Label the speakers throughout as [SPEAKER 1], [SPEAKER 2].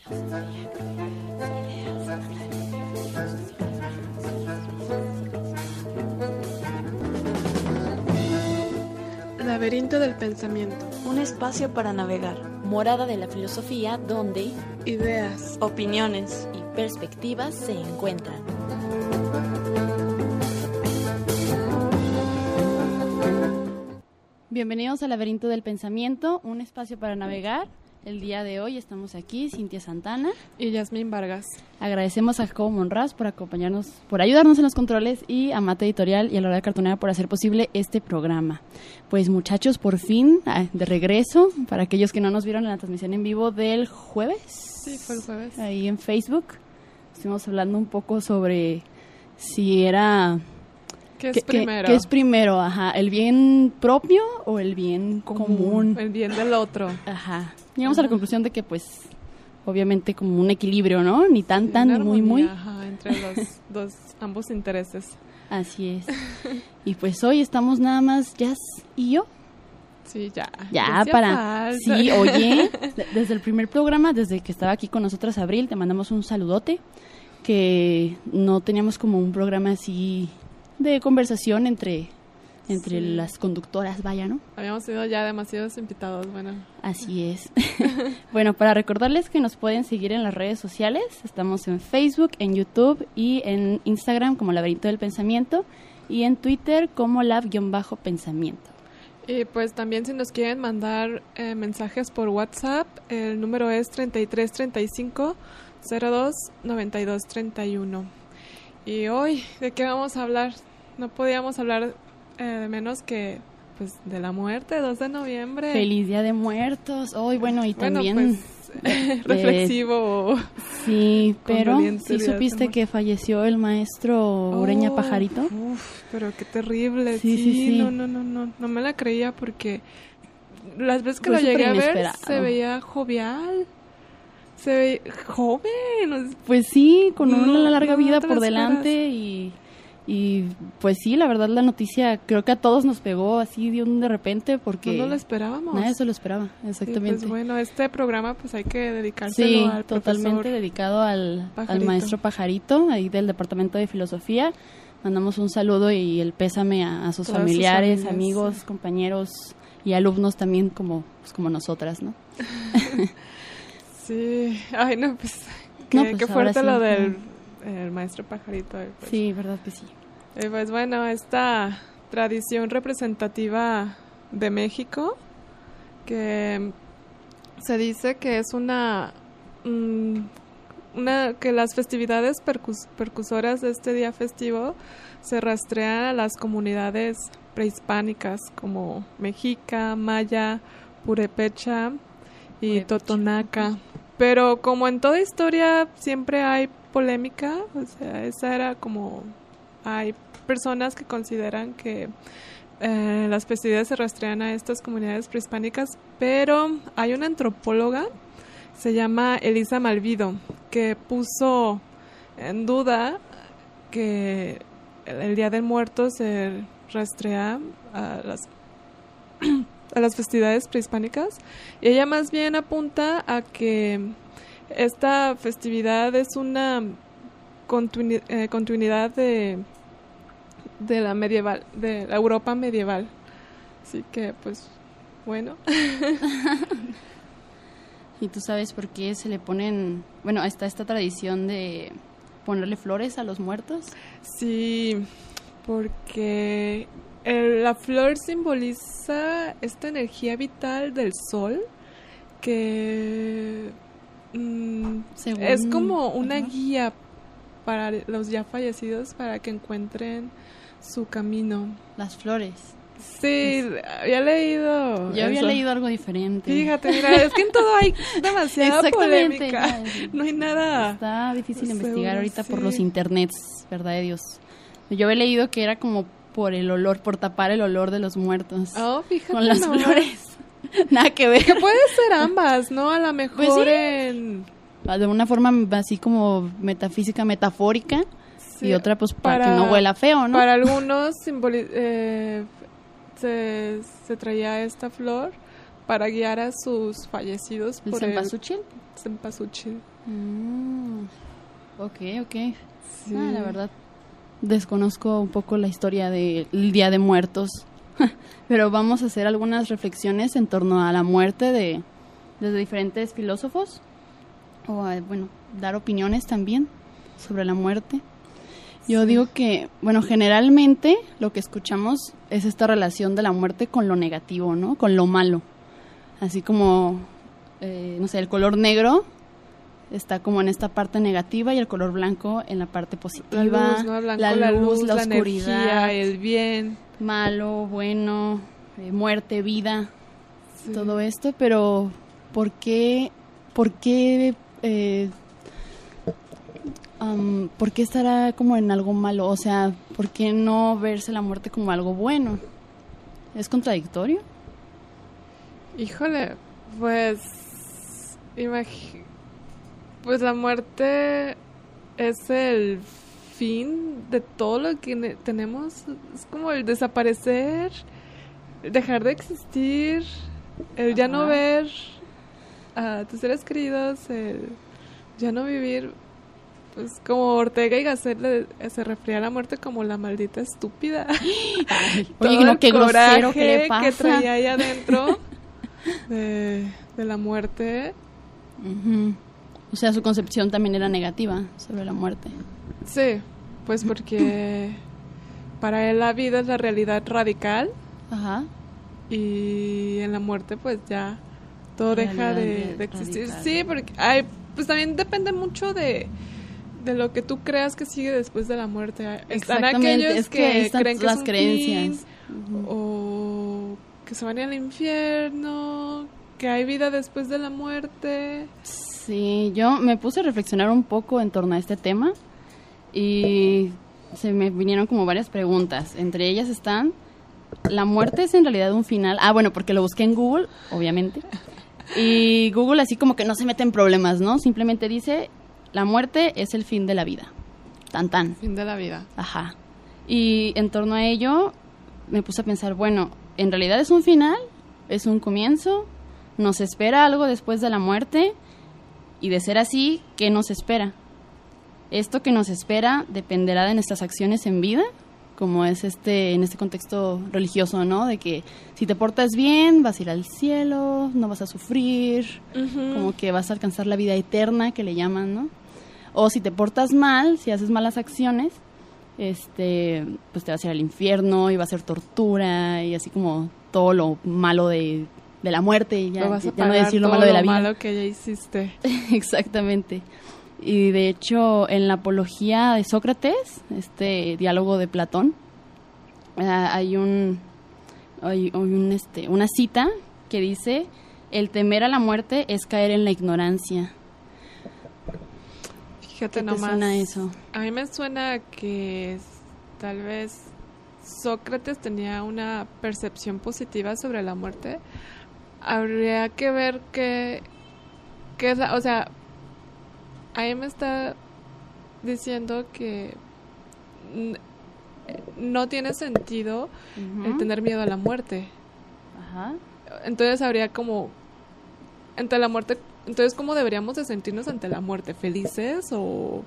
[SPEAKER 1] Laberinto del pensamiento.
[SPEAKER 2] Un espacio para navegar.
[SPEAKER 3] Morada de la filosofía donde
[SPEAKER 1] ideas,
[SPEAKER 2] opiniones
[SPEAKER 3] y perspectivas se encuentran.
[SPEAKER 4] Bienvenidos al Laberinto del Pensamiento, un espacio para navegar. El día de hoy estamos aquí, Cintia Santana
[SPEAKER 1] y Yasmín Vargas.
[SPEAKER 4] Agradecemos a Jacobo Monraz por acompañarnos, por ayudarnos en los controles, y a Mate Editorial y a la Hora de Cartonera por hacer posible este programa. Pues muchachos, por fin, de regreso, para aquellos que no nos vieron en la transmisión en vivo del jueves.
[SPEAKER 1] Sí, fue el jueves.
[SPEAKER 4] Ahí en Facebook. Estuvimos hablando un poco sobre si era...
[SPEAKER 1] ¿Qué es primero?
[SPEAKER 4] ¿Qué es primero? Ajá, ¿el bien propio o el bien común?
[SPEAKER 1] El bien del otro.
[SPEAKER 4] Ajá. Llegamos a la conclusión de que, pues, obviamente como un equilibrio, ¿no? Ni tan, tan,
[SPEAKER 1] armonía,
[SPEAKER 4] muy.
[SPEAKER 1] Ajá, entre los ambos intereses.
[SPEAKER 4] Así es. Y pues hoy estamos nada más Jazz y yo.
[SPEAKER 1] Sí, ya.
[SPEAKER 4] Ya, para...
[SPEAKER 1] Falta.
[SPEAKER 4] Sí, oye, desde el primer programa, desde que estaba aquí con nosotras Abril, te mandamos un saludote, que no teníamos como un programa así de conversación entre sí, las conductoras, vaya, ¿no?
[SPEAKER 1] Habíamos tenido ya demasiados invitados, bueno.
[SPEAKER 4] Así es. Bueno, para recordarles que nos pueden seguir en las redes sociales, estamos en Facebook, en YouTube y en Instagram como Laberinto del Pensamiento y en Twitter como Lab-Pensamiento.
[SPEAKER 1] Y pues también si nos quieren mandar mensajes por WhatsApp, el número es 3335 02 92 31. Y hoy, ¿de qué vamos a hablar? No podíamos hablar de menos que pues de la muerte, 2 de noviembre.
[SPEAKER 4] ¡Feliz Día de Muertos! Hoy, bueno, y también...
[SPEAKER 1] Pues, reflexivo.
[SPEAKER 4] Sí, pero ¿sí supiste que falleció el maestro Ureña Pajarito?
[SPEAKER 1] Uf, pero qué terrible.
[SPEAKER 4] Sí.
[SPEAKER 1] No me la creía porque las veces que lo llegué a ver se veía jovial. Se ve joven.
[SPEAKER 4] Pues sí, con una larga vida por delante y pues sí, la verdad la noticia creo que a todos nos pegó así de repente porque...
[SPEAKER 1] No lo esperábamos.
[SPEAKER 4] Nadie se lo esperaba, exactamente.
[SPEAKER 1] Sí, pues bueno, este programa pues hay que dedicárselo al
[SPEAKER 4] totalmente dedicado al maestro Pajarito, ahí del Departamento de Filosofía. Mandamos un saludo y el pésame a sus familiares, amigos, sí, compañeros y alumnos también como nosotras, ¿no?
[SPEAKER 1] Sí, ay no, pues qué fuerte lo del el maestro Pajarito. Pues.
[SPEAKER 4] Sí, verdad que sí.
[SPEAKER 1] Pues bueno, esta tradición representativa de México, que se dice que es que las festividades percusoras de este día festivo se rastrean a las comunidades prehispánicas como mexica, maya, purépecha y totonaca. Pero como en toda historia siempre hay polémica, o sea, esa era como... Hay personas que consideran que las festividades se rastrean a estas comunidades prehispánicas, pero hay una antropóloga, se llama Elisa Malvido, que puso en duda que el Día del Muerto se rastrea a las festividades prehispánicas, y ella más bien apunta a que esta festividad es una continuidad de la medieval, de la Europa medieval. Así que pues bueno.
[SPEAKER 4] ¿Y tú sabes por qué se le ponen, bueno, está esta tradición de ponerle flores a los muertos?
[SPEAKER 1] Sí, porque la flor simboliza esta energía vital del sol que es como una guía para los ya fallecidos para que encuentren su camino.
[SPEAKER 4] Las flores.
[SPEAKER 1] Sí, había leído.
[SPEAKER 4] Yo había leído algo diferente.
[SPEAKER 1] Fíjate, mira, es que en todo hay demasiada polémica. No hay nada.
[SPEAKER 4] Está difícil investigar ahorita por los internets, verdad de Dios. Yo he leído que era como por el olor, por tapar el olor de los muertos.
[SPEAKER 1] Oh, fíjate.
[SPEAKER 4] Con las flores. Nada que ver.
[SPEAKER 1] Que puede ser ambas, ¿no? A lo mejor
[SPEAKER 4] pues sí, de una forma así como metafísica, metafórica. Sí, y otra pues para que no huela feo, ¿no?
[SPEAKER 1] Para algunos se traía esta flor para guiar a sus fallecidos
[SPEAKER 4] ¿El
[SPEAKER 1] por
[SPEAKER 4] cempasúchil?
[SPEAKER 1] Cempasúchil.
[SPEAKER 4] Ok.
[SPEAKER 1] Sí.
[SPEAKER 4] La verdad, desconozco un poco la historia del Día de Muertos, pero vamos a hacer algunas reflexiones en torno a la muerte desde diferentes filósofos, o bueno, dar opiniones también sobre la muerte. Yo digo que, bueno, generalmente lo que escuchamos es esta relación de la muerte con lo negativo, ¿no? Con lo malo. Así como, no sé, el color negro está como en esta parte negativa y el color blanco en la parte positiva.
[SPEAKER 1] La luz, ¿no? Blanco,
[SPEAKER 4] la luz, la
[SPEAKER 1] energía,
[SPEAKER 4] oscuridad,
[SPEAKER 1] el bien.
[SPEAKER 4] malo, bueno, muerte, vida,
[SPEAKER 1] Sí.
[SPEAKER 4] todo esto. Pero, ¿por qué estará como en algo malo? O sea, ¿por qué no verse la muerte como algo bueno? ¿Es contradictorio?
[SPEAKER 1] Híjole, pues pues la muerte es el fin de todo lo que tenemos. Es como el desaparecer, el dejar de existir, el ya no ver a tus seres queridos, el ya no vivir. Pues como Ortega y Gasset se refería a la muerte como la maldita estúpida.
[SPEAKER 4] Ay,
[SPEAKER 1] Todo
[SPEAKER 4] oye, no,
[SPEAKER 1] el
[SPEAKER 4] qué grosero, ¿qué le
[SPEAKER 1] coraje
[SPEAKER 4] pasa?
[SPEAKER 1] que traía ahí adentro de la muerte.
[SPEAKER 4] Ujú. O sea, su concepción también era negativa sobre la muerte.
[SPEAKER 1] Sí, pues porque para él la vida es la realidad radical
[SPEAKER 4] Ajá.
[SPEAKER 1] y en la muerte pues ya todo deja
[SPEAKER 4] Realidad
[SPEAKER 1] de existir.
[SPEAKER 4] radical.
[SPEAKER 1] Sí, porque pues también depende mucho de lo que tú creas que sigue después de la muerte. Están
[SPEAKER 4] Exactamente,
[SPEAKER 1] aquellos
[SPEAKER 4] es que ahí están
[SPEAKER 1] creen que
[SPEAKER 4] las
[SPEAKER 1] es un
[SPEAKER 4] creencias.
[SPEAKER 1] fin, o que se van a ir al infierno, que hay vida después de la muerte.
[SPEAKER 4] Sí, yo me puse a reflexionar un poco en torno a este tema y se me vinieron como varias preguntas. Entre ellas están, ¿la muerte es en realidad un final? Ah, bueno, porque lo busqué en Google, obviamente. Y Google así como que no se mete en problemas, ¿no? Simplemente dice, la muerte es el fin de la vida. Tan tan.
[SPEAKER 1] Fin de la vida.
[SPEAKER 4] Ajá. Y en torno a ello me puse a pensar, bueno, ¿en realidad es un final? ¿Es un comienzo? ¿Nos espera algo después de la muerte? Y de ser así, ¿qué nos espera? Esto que nos espera dependerá de nuestras acciones en vida, como es en este contexto religioso, ¿no? De que si te portas bien, vas a ir al cielo, no vas a sufrir, como que vas a alcanzar la vida eterna, que le llaman, ¿no? O si te portas mal, si haces malas acciones, pues te vas a ir al infierno y va a ser tortura y así como todo lo malo de la muerte, y ya
[SPEAKER 1] Vas a
[SPEAKER 4] no
[SPEAKER 1] pagar
[SPEAKER 4] decir lo
[SPEAKER 1] todo
[SPEAKER 4] malo de la vida.
[SPEAKER 1] malo que ya hiciste.
[SPEAKER 4] Exactamente. Y de hecho, en la Apología de Sócrates, este diálogo de Platón, hay una cita que dice: el temer a la muerte es caer en la ignorancia.
[SPEAKER 1] Fíjate
[SPEAKER 4] ¿Qué te
[SPEAKER 1] nomás.
[SPEAKER 4] suena eso?
[SPEAKER 1] A mí me suena que tal vez Sócrates tenía una percepción positiva sobre la muerte. Habría que ver qué es o sea, ahí me está diciendo que no tiene sentido el tener miedo a la muerte.
[SPEAKER 4] Ajá.
[SPEAKER 1] Entonces habría como ante la muerte, entonces ¿cómo deberíamos de sentirnos ante la muerte? ¿Felices o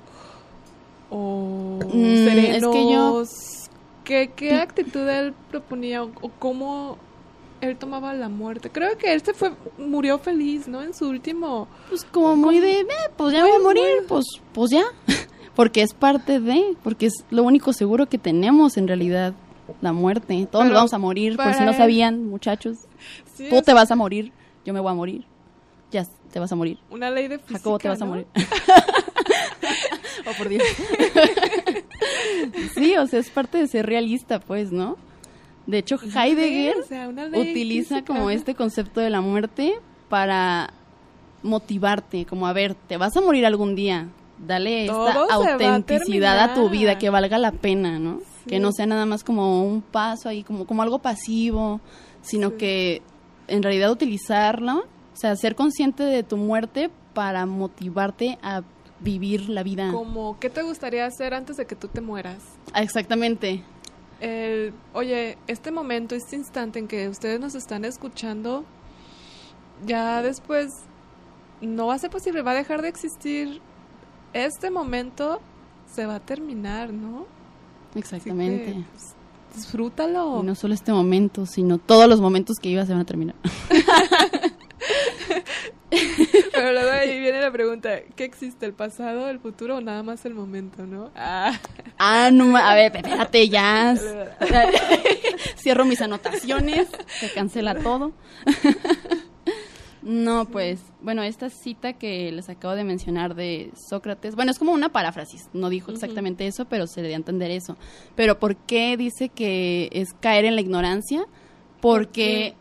[SPEAKER 1] serenos?
[SPEAKER 4] Es
[SPEAKER 1] ¿Qué actitud él proponía o cómo él tomaba la muerte? Creo que él murió feliz, ¿no? En su último...
[SPEAKER 4] Pues como muy de, pues ya voy a morir, pues ya. Porque es porque es lo único seguro que tenemos en realidad, la muerte. Todos nos vamos a morir, por si no sabían, muchachos.
[SPEAKER 1] Sí,
[SPEAKER 4] Tú te vas a morir, yo me voy a morir. Ya, te vas a morir.
[SPEAKER 1] una ley de física,
[SPEAKER 4] Jacobo, te vas a
[SPEAKER 1] ¿no?
[SPEAKER 4] morir. Oh, por Dios. Sí, o sea, es parte de ser realista, pues, ¿no? De hecho, Heidegger
[SPEAKER 1] Sí, o sea, una ley
[SPEAKER 4] utiliza
[SPEAKER 1] física.
[SPEAKER 4] como este concepto de la muerte para motivarte, como a ver, te vas a morir algún día, dale
[SPEAKER 1] Todo
[SPEAKER 4] esta
[SPEAKER 1] se va a
[SPEAKER 4] autenticidad a tu
[SPEAKER 1] terminar.
[SPEAKER 4] vida, que valga la pena, ¿no?
[SPEAKER 1] Sí.
[SPEAKER 4] Que no sea nada más como un paso ahí, como algo pasivo, sino
[SPEAKER 1] Sí.
[SPEAKER 4] que en realidad utilizarlo, o sea, ser consciente de tu muerte para motivarte a vivir la vida.
[SPEAKER 1] Como, ¿qué te gustaría hacer antes de que tú te mueras?
[SPEAKER 4] Exactamente.
[SPEAKER 1] Oye, este momento, este instante en que ustedes nos están escuchando, ya después no va a ser posible, va a dejar de existir. Este momento se va a terminar, ¿no?
[SPEAKER 4] Exactamente.
[SPEAKER 1] Así que, pues, disfrútalo.
[SPEAKER 4] Y no solo este momento, sino todos los momentos que ibas se van a terminar.
[SPEAKER 1] Pero luego ahí viene la pregunta, ¿qué existe, el pasado, el futuro o nada más el momento, no?
[SPEAKER 4] No, a ver, espérate ya. Cierro mis anotaciones, se cancela todo. No, pues, bueno, esta cita que les acabo de mencionar de Sócrates, bueno, es como una paráfrasis, no dijo exactamente eso, pero se le dio a entender eso. Pero ¿por qué dice que es caer en la ignorancia? Porque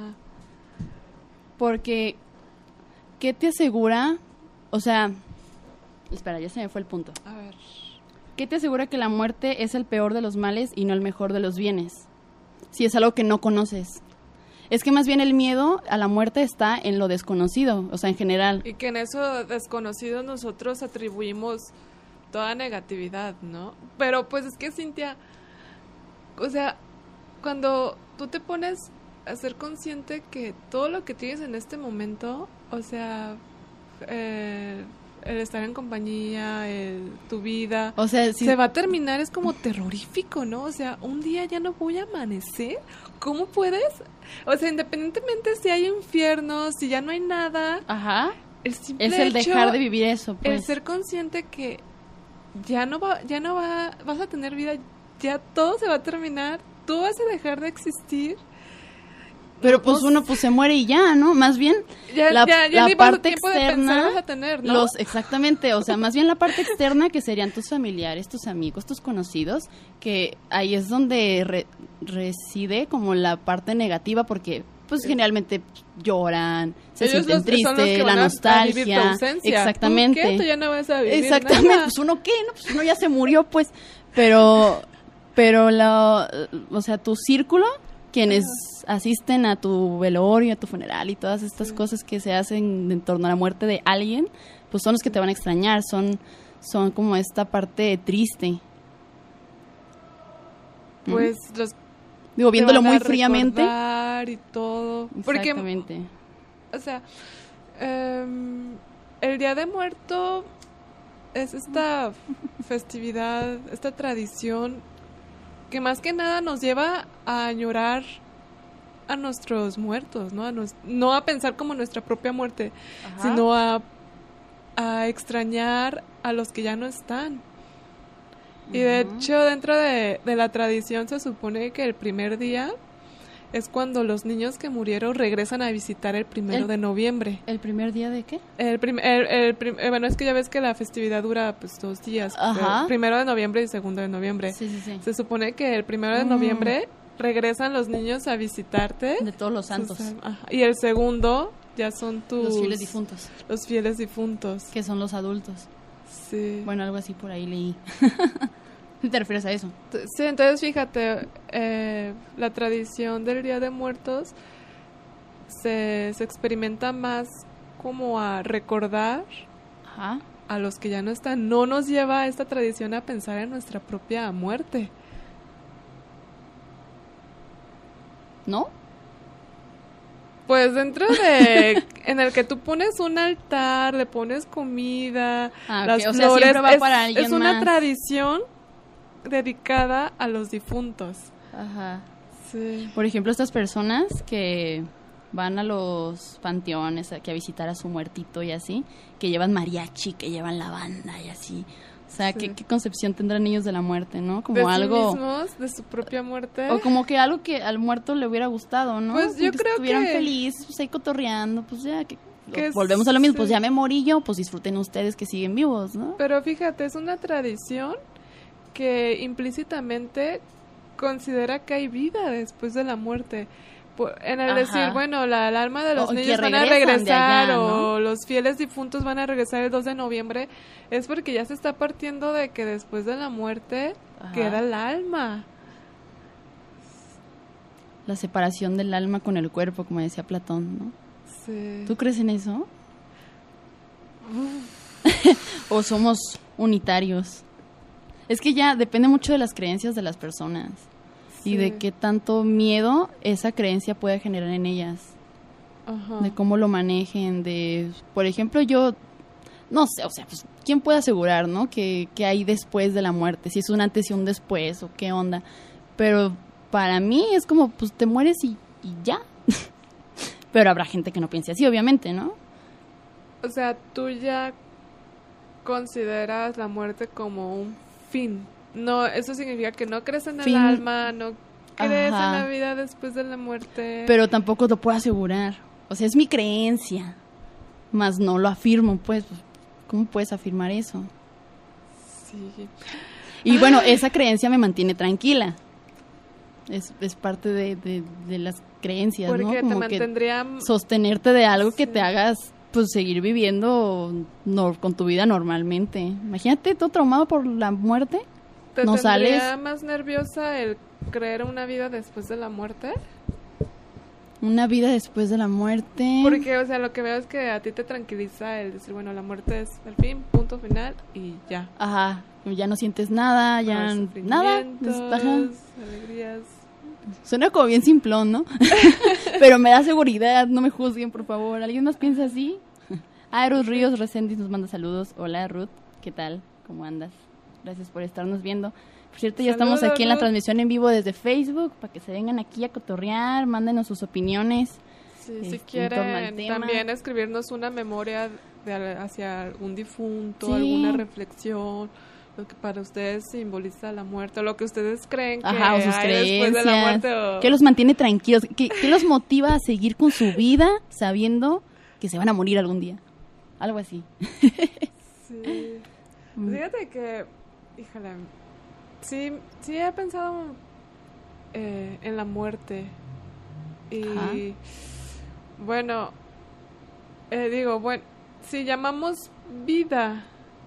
[SPEAKER 4] ¿qué te asegura? O sea, espera, ya se me fue el punto.
[SPEAKER 1] A ver.
[SPEAKER 4] ¿Qué te asegura que la muerte es el peor de los males y no el mejor de los bienes? Si es algo que no conoces. Es que más bien el miedo a la muerte está en lo desconocido, o sea, en general.
[SPEAKER 1] Y que en eso desconocido nosotros atribuimos toda negatividad, ¿no? Pero pues es que, Cintia, o sea, cuando tú te pones a ser consciente que todo lo que tienes en este momento, o sea, el estar en compañía, tu vida,
[SPEAKER 4] o sea,
[SPEAKER 1] se va a terminar, es como terrorífico, ¿no? O sea, un día ya no voy a amanecer. ¿Cómo puedes? O sea, independientemente si hay infierno, si ya no hay nada, el simple
[SPEAKER 4] es el
[SPEAKER 1] hecho,
[SPEAKER 4] dejar de vivir eso, pues.
[SPEAKER 1] El ser consciente que vas a tener vida, ya todo se va a terminar, tú vas a dejar de existir.
[SPEAKER 4] Pero pues uno pues se muere y ya, ¿no? Más bien la parte externa
[SPEAKER 1] vas a tener, ¿no?
[SPEAKER 4] Exactamente, o sea, más bien la parte externa que serían tus familiares, tus amigos, tus conocidos, que ahí es donde reside como la parte negativa, porque pues generalmente lloran, se sienten tristes, la nostalgia, exactamente.
[SPEAKER 1] ¿Tú qué? Tú ya no vas a vivir
[SPEAKER 4] exactamente,
[SPEAKER 1] nada.
[SPEAKER 4] Pues uno qué, no, pues uno ya se murió, pues, pero o sea, tu círculo, quienes asisten a tu velorio, a tu funeral y todas estas cosas que se hacen en torno a la muerte de alguien, pues son los que te van a extrañar, son como esta parte triste.
[SPEAKER 1] Pues
[SPEAKER 4] digo, viéndolo muy fríamente.
[SPEAKER 1] Y todo.
[SPEAKER 4] Exactamente.
[SPEAKER 1] Porque, o sea, el Día de Muerto es esta festividad, esta tradición que más que nada nos lleva a añorar a nuestros muertos, ¿no? No a pensar como nuestra propia muerte, sino a extrañar a los que ya no están. Y de hecho, dentro de la tradición se supone que el primer día es cuando los niños que murieron regresan a visitar el 1 de noviembre.
[SPEAKER 4] ¿El primer día de qué?
[SPEAKER 1] Bueno, es que ya ves que la festividad dura pues 2 días. 1 de noviembre y 2 de noviembre.
[SPEAKER 4] Sí.
[SPEAKER 1] Se supone que el 1 de noviembre regresan los niños a visitarte.
[SPEAKER 4] De todos los santos.
[SPEAKER 1] Y el segundo ya son
[SPEAKER 4] los fieles difuntos.
[SPEAKER 1] Los fieles difuntos.
[SPEAKER 4] Que son los adultos.
[SPEAKER 1] Sí.
[SPEAKER 4] Bueno, algo así por ahí leí. ¿Te refieres a eso?
[SPEAKER 1] Sí, entonces fíjate, la tradición del Día de Muertos se experimenta más como a recordar a los que ya no están. No nos lleva esta tradición a pensar en nuestra propia muerte.
[SPEAKER 4] ¿No?
[SPEAKER 1] Pues dentro de en el que tú pones un altar, le pones comida, las flores,
[SPEAKER 4] sea, siempre va para alguien
[SPEAKER 1] es una
[SPEAKER 4] más.
[SPEAKER 1] Tradición dedicada a los difuntos. Sí.
[SPEAKER 4] Por ejemplo, estas personas que van a los panteones a visitar a su muertito y así, que llevan mariachi, que llevan la banda y así. O sea, ¿qué concepción tendrán ellos de la muerte, no? Como
[SPEAKER 1] de
[SPEAKER 4] algo...
[SPEAKER 1] sí mismos, de su propia muerte.
[SPEAKER 4] O como que algo que al muerto le hubiera gustado, ¿no?
[SPEAKER 1] Pues yo creo que...
[SPEAKER 4] estuvieran felices, pues ahí cotorreando, pues ya... volvemos a lo mismo, pues ya me morí yo, pues disfruten ustedes que siguen vivos, ¿no?
[SPEAKER 1] Pero fíjate, es una tradición que implícitamente considera que hay vida después de la muerte. En el decir, bueno, el alma de los niños van a regresar, ¿no? O los fieles difuntos van a regresar el 2 de noviembre, es porque ya se está partiendo de que después de la muerte queda el alma.
[SPEAKER 4] La separación del alma con el cuerpo, como decía Platón, ¿no?
[SPEAKER 1] Sí.
[SPEAKER 4] ¿Tú crees en eso? ¿O somos unitarios? Es que ya depende mucho de las creencias de las personas. Y de qué tanto miedo esa creencia puede generar en ellas.
[SPEAKER 1] Ajá.
[SPEAKER 4] de cómo lo manejen, de, por ejemplo, yo no sé, o sea, pues, ¿quién puede asegurar, no? Que hay después de la muerte, si es un antes y un después, o qué onda. Pero para mí es como, pues, te mueres y ya. Pero habrá gente que no piense así, obviamente, ¿no?
[SPEAKER 1] O sea, tú ya consideras la muerte como un fin. No, eso significa que no crees en el alma, no crees en la vida después de la muerte.
[SPEAKER 4] Pero tampoco lo puedo asegurar. O sea, es mi creencia, más no lo afirmo, pues. ¿Cómo puedes afirmar eso?
[SPEAKER 1] Sí.
[SPEAKER 4] Y bueno, esa creencia me mantiene tranquila. Es parte de las creencias,
[SPEAKER 1] porque
[SPEAKER 4] ¿no?
[SPEAKER 1] te
[SPEAKER 4] Como
[SPEAKER 1] mantendría...
[SPEAKER 4] que sostenerte de algo que
[SPEAKER 1] Sí.
[SPEAKER 4] te hagas, pues, seguir viviendo con tu vida normalmente. Imagínate, todo traumado por la muerte.
[SPEAKER 1] ¿Te
[SPEAKER 4] no
[SPEAKER 1] tendría
[SPEAKER 4] sales.
[SPEAKER 1] más nerviosa el creer una vida después de la muerte?
[SPEAKER 4] Una vida después de la muerte.
[SPEAKER 1] Porque, o sea, lo que veo es que a ti te tranquiliza el decir, bueno, la muerte es el fin, punto final y ya.
[SPEAKER 4] Ajá, ya no sientes nada, ya
[SPEAKER 1] No hay
[SPEAKER 4] nada.
[SPEAKER 1] sufrimientos, alegrías.
[SPEAKER 4] Suena como bien simplón, ¿no? Pero me da seguridad, no me juzguen, por favor. ¿Alguien más piensa así? Ruth Ríos Reséndiz nos manda saludos. Hola, Ruth, ¿qué tal? ¿Cómo andas? Gracias por estarnos viendo. Por cierto, ya
[SPEAKER 1] Saludos,
[SPEAKER 4] estamos aquí en la
[SPEAKER 1] Ruth.
[SPEAKER 4] transmisión en vivo desde Facebook, para que se vengan aquí a cotorrear, mándenos sus opiniones.
[SPEAKER 1] Sí, si
[SPEAKER 4] en torno al
[SPEAKER 1] quieren
[SPEAKER 4] tema.
[SPEAKER 1] también escribirnos una memoria hacia un difunto,
[SPEAKER 4] Sí.
[SPEAKER 1] alguna reflexión, lo que para ustedes simboliza la muerte, o lo que ustedes creen que
[SPEAKER 4] Ajá, o sus
[SPEAKER 1] hay
[SPEAKER 4] creencias.
[SPEAKER 1] después de la muerte. O...
[SPEAKER 4] ¿Qué los mantiene tranquilos? ¿Qué los motiva a seguir con su vida sabiendo que se van a morir algún día? Algo así.
[SPEAKER 1] Sí. Fíjate que, híjole, sí he pensado en la muerte. Y
[SPEAKER 4] Ajá.
[SPEAKER 1] bueno, digo, bueno, si llamamos vida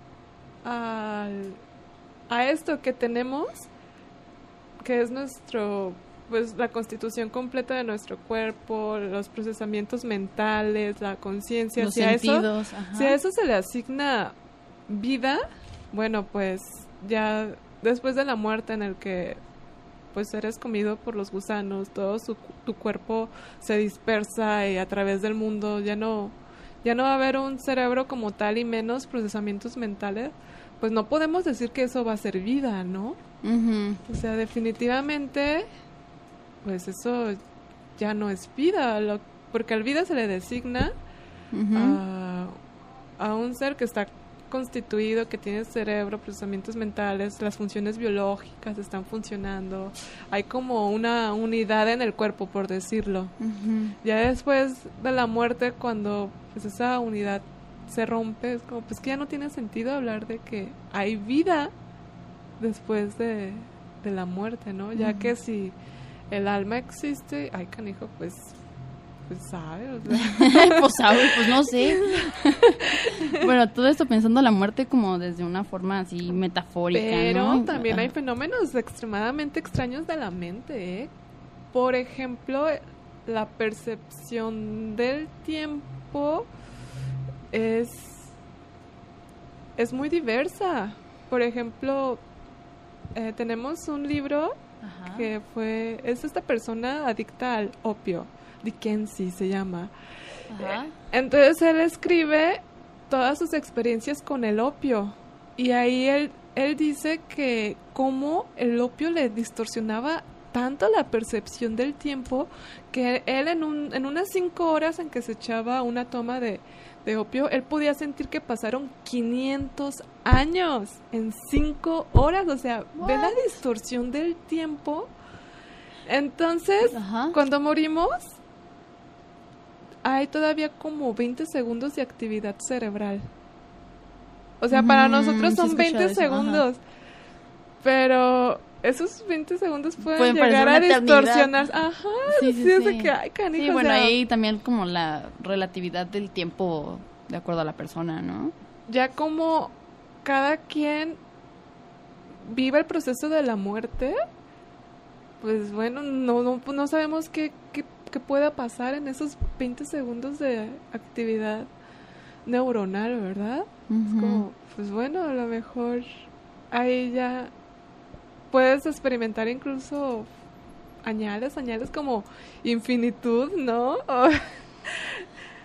[SPEAKER 1] a esto que tenemos, que es pues la constitución completa de nuestro cuerpo, los procesamientos mentales, la conciencia,
[SPEAKER 4] Los
[SPEAKER 1] si
[SPEAKER 4] sentidos. Ajá.
[SPEAKER 1] a eso se le asigna vida, bueno, pues ya después de la muerte en el que pues eres comido por los gusanos, todo tu cuerpo se dispersa y a través del mundo ya no va a haber un cerebro como tal y menos procesamientos mentales, pues no podemos decir que eso va a ser vida, ¿no?
[SPEAKER 4] Ujú.
[SPEAKER 1] O sea, definitivamente, pues eso ya no es vida, porque al vida se le designa
[SPEAKER 4] Ujú.
[SPEAKER 1] a un ser que está constituido, que tiene cerebro, procesamientos mentales, las funciones biológicas están funcionando, hay como una unidad en el cuerpo, por decirlo.
[SPEAKER 4] Ujú.
[SPEAKER 1] Ya después de la muerte, cuando pues esa unidad se rompe, es como pues que ya no tiene sentido hablar de que hay vida después de la muerte, ¿no? Ya que si el alma existe, ay canijo, pues sabe, o sea.
[SPEAKER 4] Pues sabe, pues no sé. Bueno, todo esto pensando la muerte como desde una forma así metafórica,
[SPEAKER 1] Pero
[SPEAKER 4] ¿no?
[SPEAKER 1] también hay
[SPEAKER 4] Ajá.
[SPEAKER 1] fenómenos extremadamente extraños de la mente, ¿eh? Por ejemplo, la percepción del tiempo es muy diversa. Por ejemplo, tenemos un libro
[SPEAKER 4] Ajá.
[SPEAKER 1] que es esta persona adicta al opio, Dickensi se llama.
[SPEAKER 4] Ajá.
[SPEAKER 1] Entonces él escribe todas sus experiencias con el opio y ahí él dice que cómo el opio le distorsionaba tanto la percepción del tiempo que él en unas 5 horas en que se echaba una toma de opio, él podía sentir que pasaron 500 años en 5 horas, o sea, ve la distorsión del tiempo. Entonces,
[SPEAKER 4] Ajá.
[SPEAKER 1] cuando morimos, hay todavía como 20 segundos de actividad cerebral. O sea, para nosotros
[SPEAKER 4] sí he
[SPEAKER 1] son
[SPEAKER 4] escuchado
[SPEAKER 1] 20
[SPEAKER 4] eso,
[SPEAKER 1] segundos. Pero esos 20 segundos pueden
[SPEAKER 4] Pueden
[SPEAKER 1] llegar a
[SPEAKER 4] parecer una
[SPEAKER 1] distorsionar.
[SPEAKER 4] eternidad.
[SPEAKER 1] Ajá,
[SPEAKER 4] Sí,
[SPEAKER 1] sí,
[SPEAKER 4] sí,
[SPEAKER 1] es de
[SPEAKER 4] sí.
[SPEAKER 1] que, ay, canijo,
[SPEAKER 4] Sí,
[SPEAKER 1] o
[SPEAKER 4] bueno,
[SPEAKER 1] sea,
[SPEAKER 4] ahí también como la relatividad del tiempo de acuerdo a la persona, ¿no?
[SPEAKER 1] ya como cada quien vive el proceso de la muerte, pues bueno, no sabemos qué pueda pasar en esos 20 segundos de actividad neuronal, ¿verdad? Es como, pues bueno, a lo mejor ahí ya puedes experimentar incluso añades como infinitud, ¿no?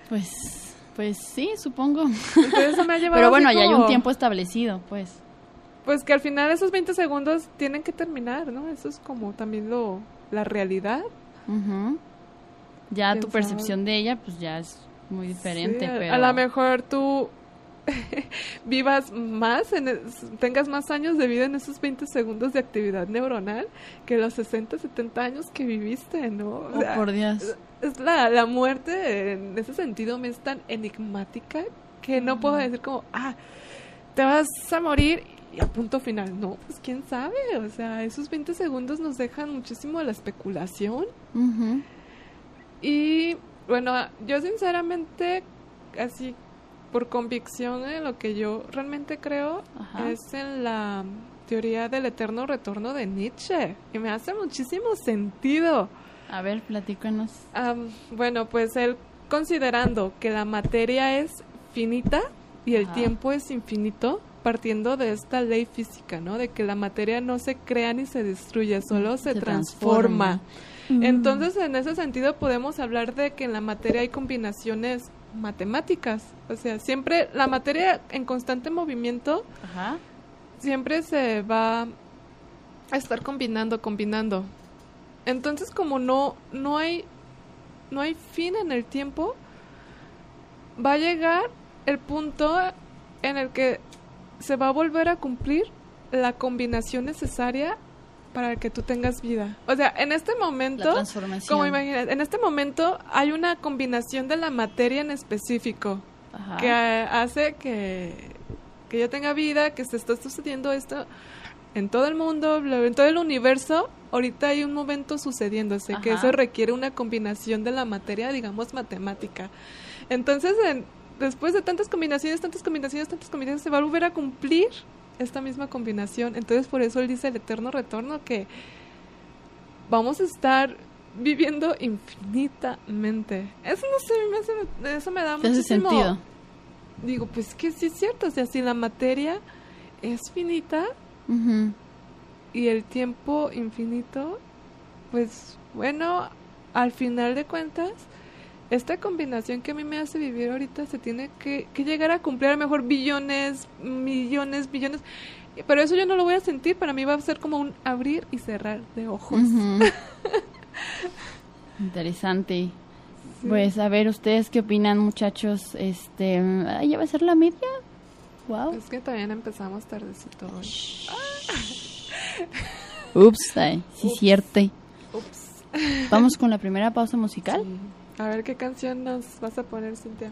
[SPEAKER 4] Pues sí, supongo.
[SPEAKER 1] Entonces eso me ha llevado
[SPEAKER 4] Pero bueno,
[SPEAKER 1] así
[SPEAKER 4] ya hay
[SPEAKER 1] como,
[SPEAKER 4] un tiempo establecido, pues.
[SPEAKER 1] Pues que al final esos 20 segundos tienen que terminar, ¿no? Eso es como también la realidad.
[SPEAKER 4] Ujú. Ya tu
[SPEAKER 1] Quién
[SPEAKER 4] percepción de ella, pues ya es muy diferente,
[SPEAKER 1] Sí,
[SPEAKER 4] pero...
[SPEAKER 1] a lo mejor tú vivas más, tengas más años de vida en esos 20 segundos de actividad neuronal que los 60, 70 años que viviste, ¿no? O
[SPEAKER 4] Oh,
[SPEAKER 1] sea,
[SPEAKER 4] por Dios.
[SPEAKER 1] es la muerte en ese sentido me es tan enigmática que no puedo decir como, te vas a morir y a punto final. No, pues quién sabe, o sea, esos 20 segundos nos dejan muchísimo a la especulación.
[SPEAKER 4] Ujú.
[SPEAKER 1] Y bueno, yo sinceramente, así por convicción en lo que yo realmente creo,
[SPEAKER 4] Ajá.
[SPEAKER 1] es en la teoría del eterno retorno de Nietzsche. Y me hace muchísimo sentido.
[SPEAKER 4] A ver, platícanos.
[SPEAKER 1] Bueno, pues él considerando que la materia es finita y el
[SPEAKER 4] Ajá.
[SPEAKER 1] tiempo es infinito, partiendo de esta ley física, ¿no? De que la materia no se crea ni se destruye, solo se transforma. Entonces, en ese sentido podemos hablar de que en la materia hay combinaciones matemáticas. O sea, siempre la materia en constante movimiento
[SPEAKER 4] Ajá.
[SPEAKER 1] siempre se va a estar combinando. Entonces, como no hay fin en el tiempo, va a llegar el punto en el que se va a volver a cumplir la combinación necesaria para que tú tengas vida. O sea, en este momento,
[SPEAKER 4] La transformación.
[SPEAKER 1] como imaginas, en este momento hay una combinación de la materia en específico
[SPEAKER 4] Ajá.
[SPEAKER 1] que hace que yo tenga vida, que se está sucediendo esto en todo el mundo, en todo el universo. Ahorita hay un momento sucediéndose, que
[SPEAKER 4] Ajá.
[SPEAKER 1] eso requiere una combinación de la materia, digamos, matemática. Entonces, después de tantas combinaciones, se va a volver a cumplir esta misma combinación. Entonces, por eso él dice el eterno retorno, que vamos a estar viviendo infinitamente. Eso no sé, eso me da
[SPEAKER 4] ¿Te hace
[SPEAKER 1] muchísimo
[SPEAKER 4] sentido?
[SPEAKER 1] Digo, pues que sí es cierto, o sea, si la materia es finita
[SPEAKER 4] Ujú.
[SPEAKER 1] y el tiempo infinito, pues bueno, al final de cuentas, esta combinación que a mí me hace vivir ahorita se tiene que llegar a cumplir a lo mejor billones, millones, billones, pero eso yo no lo voy a sentir, para mí va a ser como un abrir y cerrar de ojos.
[SPEAKER 4] Ujú. Interesante.
[SPEAKER 1] Sí.
[SPEAKER 4] Pues a ver, ¿ustedes qué opinan, muchachos? ¿Ya va a ser la media? Wow.
[SPEAKER 1] Es que también empezamos tardecito hoy.
[SPEAKER 4] Ups, sí,
[SPEAKER 1] Ups.
[SPEAKER 4] cierto.
[SPEAKER 1] Ups.
[SPEAKER 4] Vamos con la primera pausa musical.
[SPEAKER 1] Sí. A ver qué canción nos vas a poner, Cintia.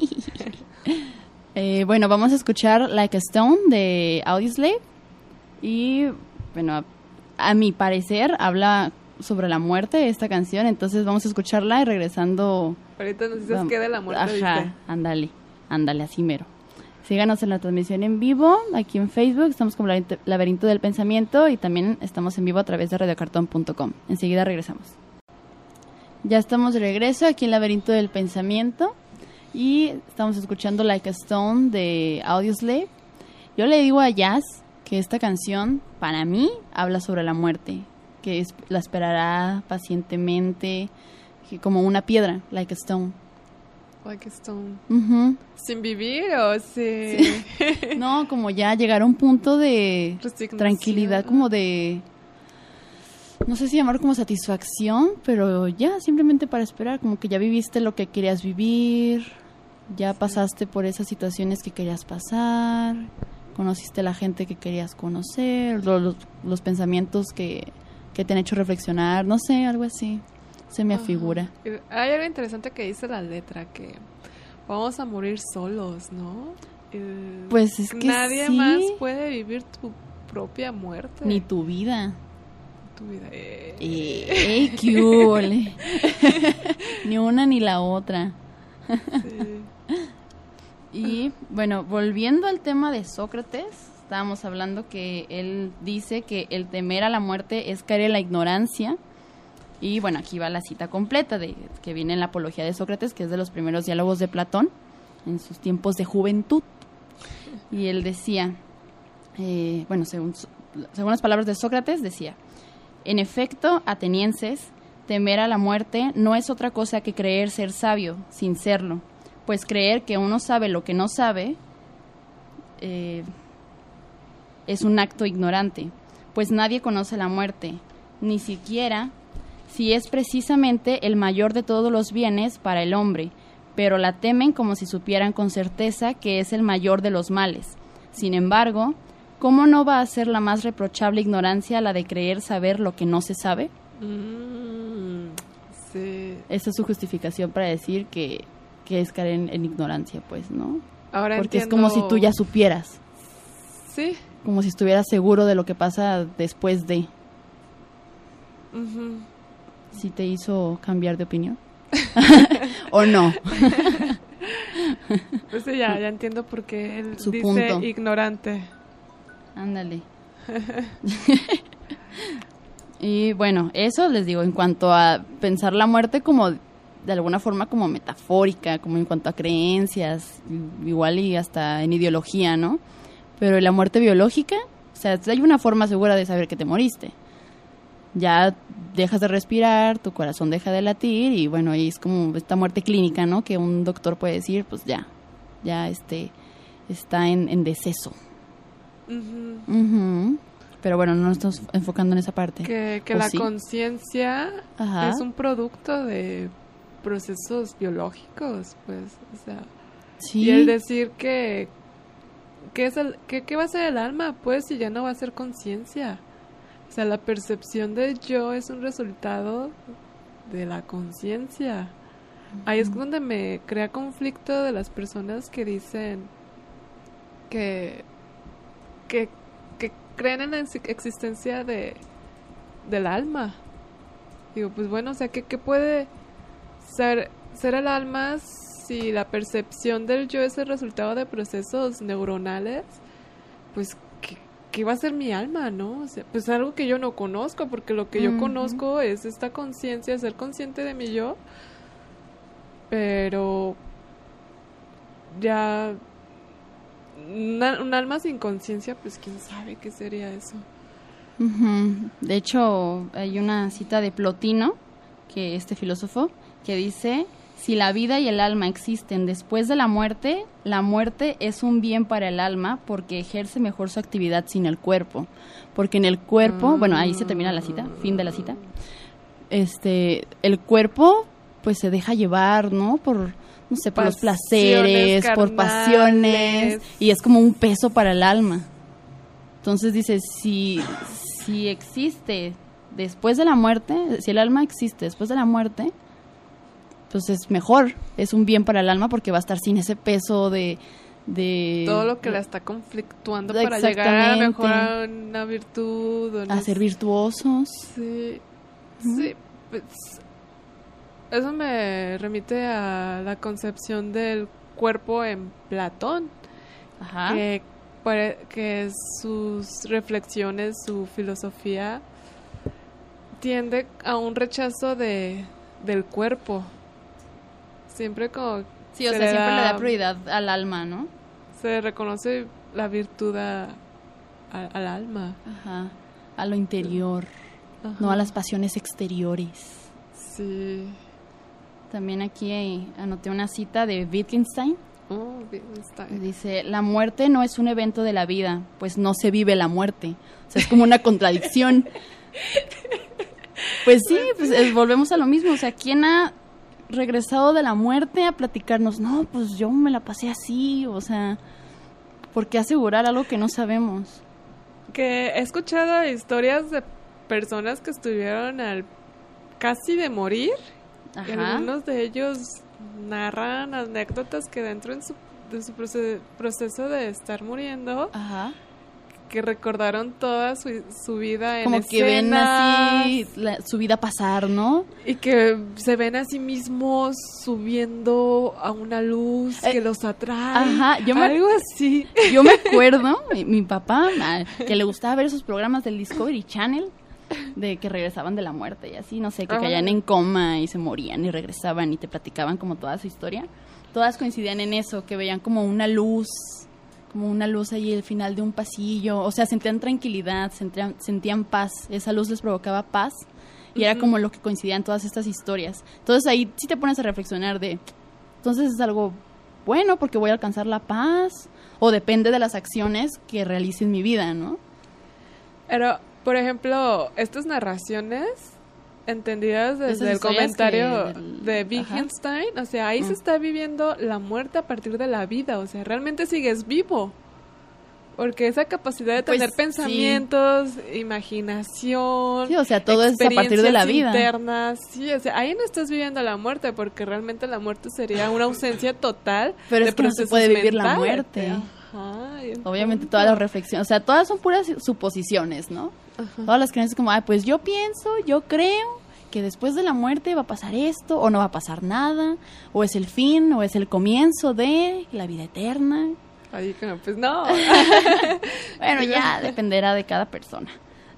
[SPEAKER 4] Bueno, vamos a escuchar Like a Stone de Audioslave. Y bueno, a mi parecer habla sobre la muerte esta canción, entonces vamos a escucharla y regresando...
[SPEAKER 1] Ahorita nos dices qué de la muerte.
[SPEAKER 4] Ajá,
[SPEAKER 1] ¿viste?
[SPEAKER 4] ándale, así mero. Síganos en la transmisión en vivo, aquí en Facebook, estamos como Laberinto del Pensamiento y también estamos en vivo a través de radiocartón.com. Enseguida regresamos. Ya estamos de regreso aquí en Laberinto del Pensamiento y estamos escuchando Like a Stone de Audioslave. Yo le digo a Jazz que esta canción, para mí, habla sobre la muerte, que la esperará pacientemente, que como una piedra, like a stone.
[SPEAKER 1] Like a Stone.
[SPEAKER 4] Ujú.
[SPEAKER 1] ¿Sin vivir o sin...?
[SPEAKER 4] No, como ya llegar a un punto de
[SPEAKER 1] Resignación.
[SPEAKER 4] tranquilidad, como de... No sé si llamar como satisfacción, pero ya, simplemente para esperar, como que ya viviste lo que querías vivir, ya pasaste por esas situaciones que querías pasar, conociste a la gente que querías conocer, los pensamientos que te han hecho reflexionar, no sé, algo así, se me afigura.
[SPEAKER 1] Hay algo interesante que dice la letra, que vamos a morir solos, ¿no?
[SPEAKER 4] Pues es que
[SPEAKER 1] nadie
[SPEAKER 4] sí.
[SPEAKER 1] más puede vivir tu propia muerte.
[SPEAKER 4] Ni tu vida.
[SPEAKER 1] Tu vida.
[SPEAKER 4] ¡Qué húbole! Ni una ni la otra.
[SPEAKER 1] Sí.
[SPEAKER 4] Y bueno, volviendo al tema de Sócrates, estábamos hablando que él dice que el temer a la muerte es caer en la ignorancia. Y bueno, aquí va la cita completa que viene en la Apología de Sócrates, que es de los primeros diálogos de Platón, en sus tiempos de juventud. Y él decía, bueno, según las palabras de Sócrates, decía: en efecto, atenienses, temer a la muerte no es otra cosa que creer ser sabio, sin serlo, pues creer que uno sabe lo que no sabe es un acto ignorante, pues nadie conoce la muerte, ni siquiera si es precisamente el mayor de todos los bienes para el hombre, pero la temen como si supieran con certeza que es el mayor de los males. Sin embargo, ¿cómo no va a ser la más reprochable ignorancia la de creer saber lo que no se sabe?
[SPEAKER 1] Sí.
[SPEAKER 4] Esa es su justificación para decir que es caer en ignorancia, pues, ¿no?
[SPEAKER 1] Ahora
[SPEAKER 4] porque
[SPEAKER 1] entiendo...
[SPEAKER 4] es como si tú ya supieras.
[SPEAKER 1] Sí.
[SPEAKER 4] Como si estuvieras seguro de lo que pasa después de.
[SPEAKER 1] Uh-huh.
[SPEAKER 4] ¿Sí te hizo cambiar de opinión? ¿O no?
[SPEAKER 1] Pues sí, ya entiendo por qué él
[SPEAKER 4] Su
[SPEAKER 1] dice
[SPEAKER 4] punto.
[SPEAKER 1] ignorante.
[SPEAKER 4] Ándale. Y bueno, eso les digo, en cuanto a pensar la muerte como de alguna forma como metafórica, como en cuanto a creencias, igual y hasta en ideología, ¿no? Pero la muerte biológica, o sea, hay una forma segura de saber que te moriste. Ya dejas de respirar, tu corazón deja de latir y bueno, y es como esta muerte clínica, ¿no? Que un doctor puede decir, pues ya está en deceso.
[SPEAKER 1] Uh-huh.
[SPEAKER 4] Uh-huh. Pero bueno, no nos estamos enfocando en esa parte.
[SPEAKER 1] Que
[SPEAKER 4] ¿O
[SPEAKER 1] la
[SPEAKER 4] sí?
[SPEAKER 1] conciencia
[SPEAKER 4] Ajá.
[SPEAKER 1] es un producto de procesos biológicos, pues, o sea,
[SPEAKER 4] Sí.
[SPEAKER 1] y el decir que ¿qué va a ser el alma? Pues si ya no va a ser conciencia. O sea, la percepción del yo es un resultado de la conciencia. Ahí es donde me crea conflicto de las personas que dicen que creen en la existencia del alma. Digo, pues bueno, o sea, ¿qué puede ser el alma si la percepción del yo es el resultado de procesos neuronales? Pues, ¿qué va a ser mi alma, no? O sea, pues algo que yo no conozco, porque lo que yo conozco es esta conciencia, ser consciente de mi yo, pero ya un alma sin conciencia, pues quién sabe qué sería eso.
[SPEAKER 4] Uh-huh. De hecho, hay una cita de Plotino, que este filósofo, que dice: si la vida y el alma existen después de la muerte es un bien para el alma porque ejerce mejor su actividad sin el cuerpo. Porque en el cuerpo, bueno, ahí se termina la cita, fin de la cita. El cuerpo, pues se deja llevar, ¿no? Por, no sé, por los placeres, por pasiones, y es como un peso para el alma. Entonces dice, si existe después de la muerte, si el alma existe después de la muerte, pues es mejor, es un bien para el alma porque va a estar sin ese peso de
[SPEAKER 1] todo lo que la está conflictuando para llegar a mejor a una virtud.
[SPEAKER 4] A ser virtuosos.
[SPEAKER 1] Sí, sí, pues eso me remite a la concepción del cuerpo en Platón.
[SPEAKER 4] Ajá.
[SPEAKER 1] Que sus reflexiones, su filosofía tiende a un rechazo del cuerpo. Siempre como...
[SPEAKER 4] Sí, o sea, siempre le da prioridad al alma, ¿no?
[SPEAKER 1] Se reconoce la virtud al alma.
[SPEAKER 4] Ajá, a lo interior,
[SPEAKER 1] Ajá.
[SPEAKER 4] No a las pasiones exteriores.
[SPEAKER 1] Sí.
[SPEAKER 4] También aquí anoté una cita de Wittgenstein.
[SPEAKER 1] Oh, Wittgenstein.
[SPEAKER 4] Dice, la muerte no es un evento de la vida, pues no se vive la muerte. O sea, es como una contradicción. Pues sí, pues volvemos a lo mismo. O sea, ¿quién ha regresado de la muerte a platicarnos? No, pues yo me la pasé así. O sea, ¿por qué asegurar algo que no sabemos?
[SPEAKER 1] Que he escuchado historias de personas que estuvieron casi de morir.
[SPEAKER 4] Ajá.
[SPEAKER 1] Y algunos de ellos narran anécdotas que dentro de su proceso de estar muriendo,
[SPEAKER 4] Ajá,
[SPEAKER 1] que recordaron toda su vida en
[SPEAKER 4] como
[SPEAKER 1] escenas,
[SPEAKER 4] que ven así su vida pasar, ¿no?
[SPEAKER 1] y que se ven a sí mismos subiendo a una luz que los atrae.
[SPEAKER 4] Ajá,
[SPEAKER 1] algo así.
[SPEAKER 4] Yo me acuerdo, mi papá, que le gustaba ver esos programas del Discovery Channel, de que regresaban de la muerte y así, no sé, que caían en coma y se morían y regresaban y te platicaban como toda su historia. Todas coincidían en eso, que veían como una luz ahí al final de un pasillo, o sea, sentían tranquilidad, sentían paz, esa luz les provocaba paz y era como lo que coincidía en todas estas historias. Entonces ahí sí te pones a reflexionar entonces es algo bueno porque voy a alcanzar la paz, o depende de las acciones que realice en mi vida, ¿no?
[SPEAKER 1] Pero, por ejemplo, estas narraciones entendidas desde el comentario de Wittgenstein, o sea, ahí se está viviendo la muerte a partir de la vida, o sea, realmente sigues vivo. Porque esa capacidad de tener pensamientos, imaginación,
[SPEAKER 4] sí, o sea, todo es a partir de la vida
[SPEAKER 1] internas, sí, o sea, ahí no estás viviendo la muerte, porque realmente la muerte sería una ausencia total.
[SPEAKER 4] Pero
[SPEAKER 1] de
[SPEAKER 4] es que no se puede vivir la muerte.
[SPEAKER 1] Ajá,
[SPEAKER 4] obviamente todas las reflexiones, o sea, todas son puras suposiciones, ¿no? Ajá. Todas las creencias como, pues yo pienso, yo creo que después de la muerte va a pasar esto, o no va a pasar nada, o es el fin, o es el comienzo de la vida eterna.
[SPEAKER 1] Ay, pues no.
[SPEAKER 4] Bueno, ya dependerá de cada persona.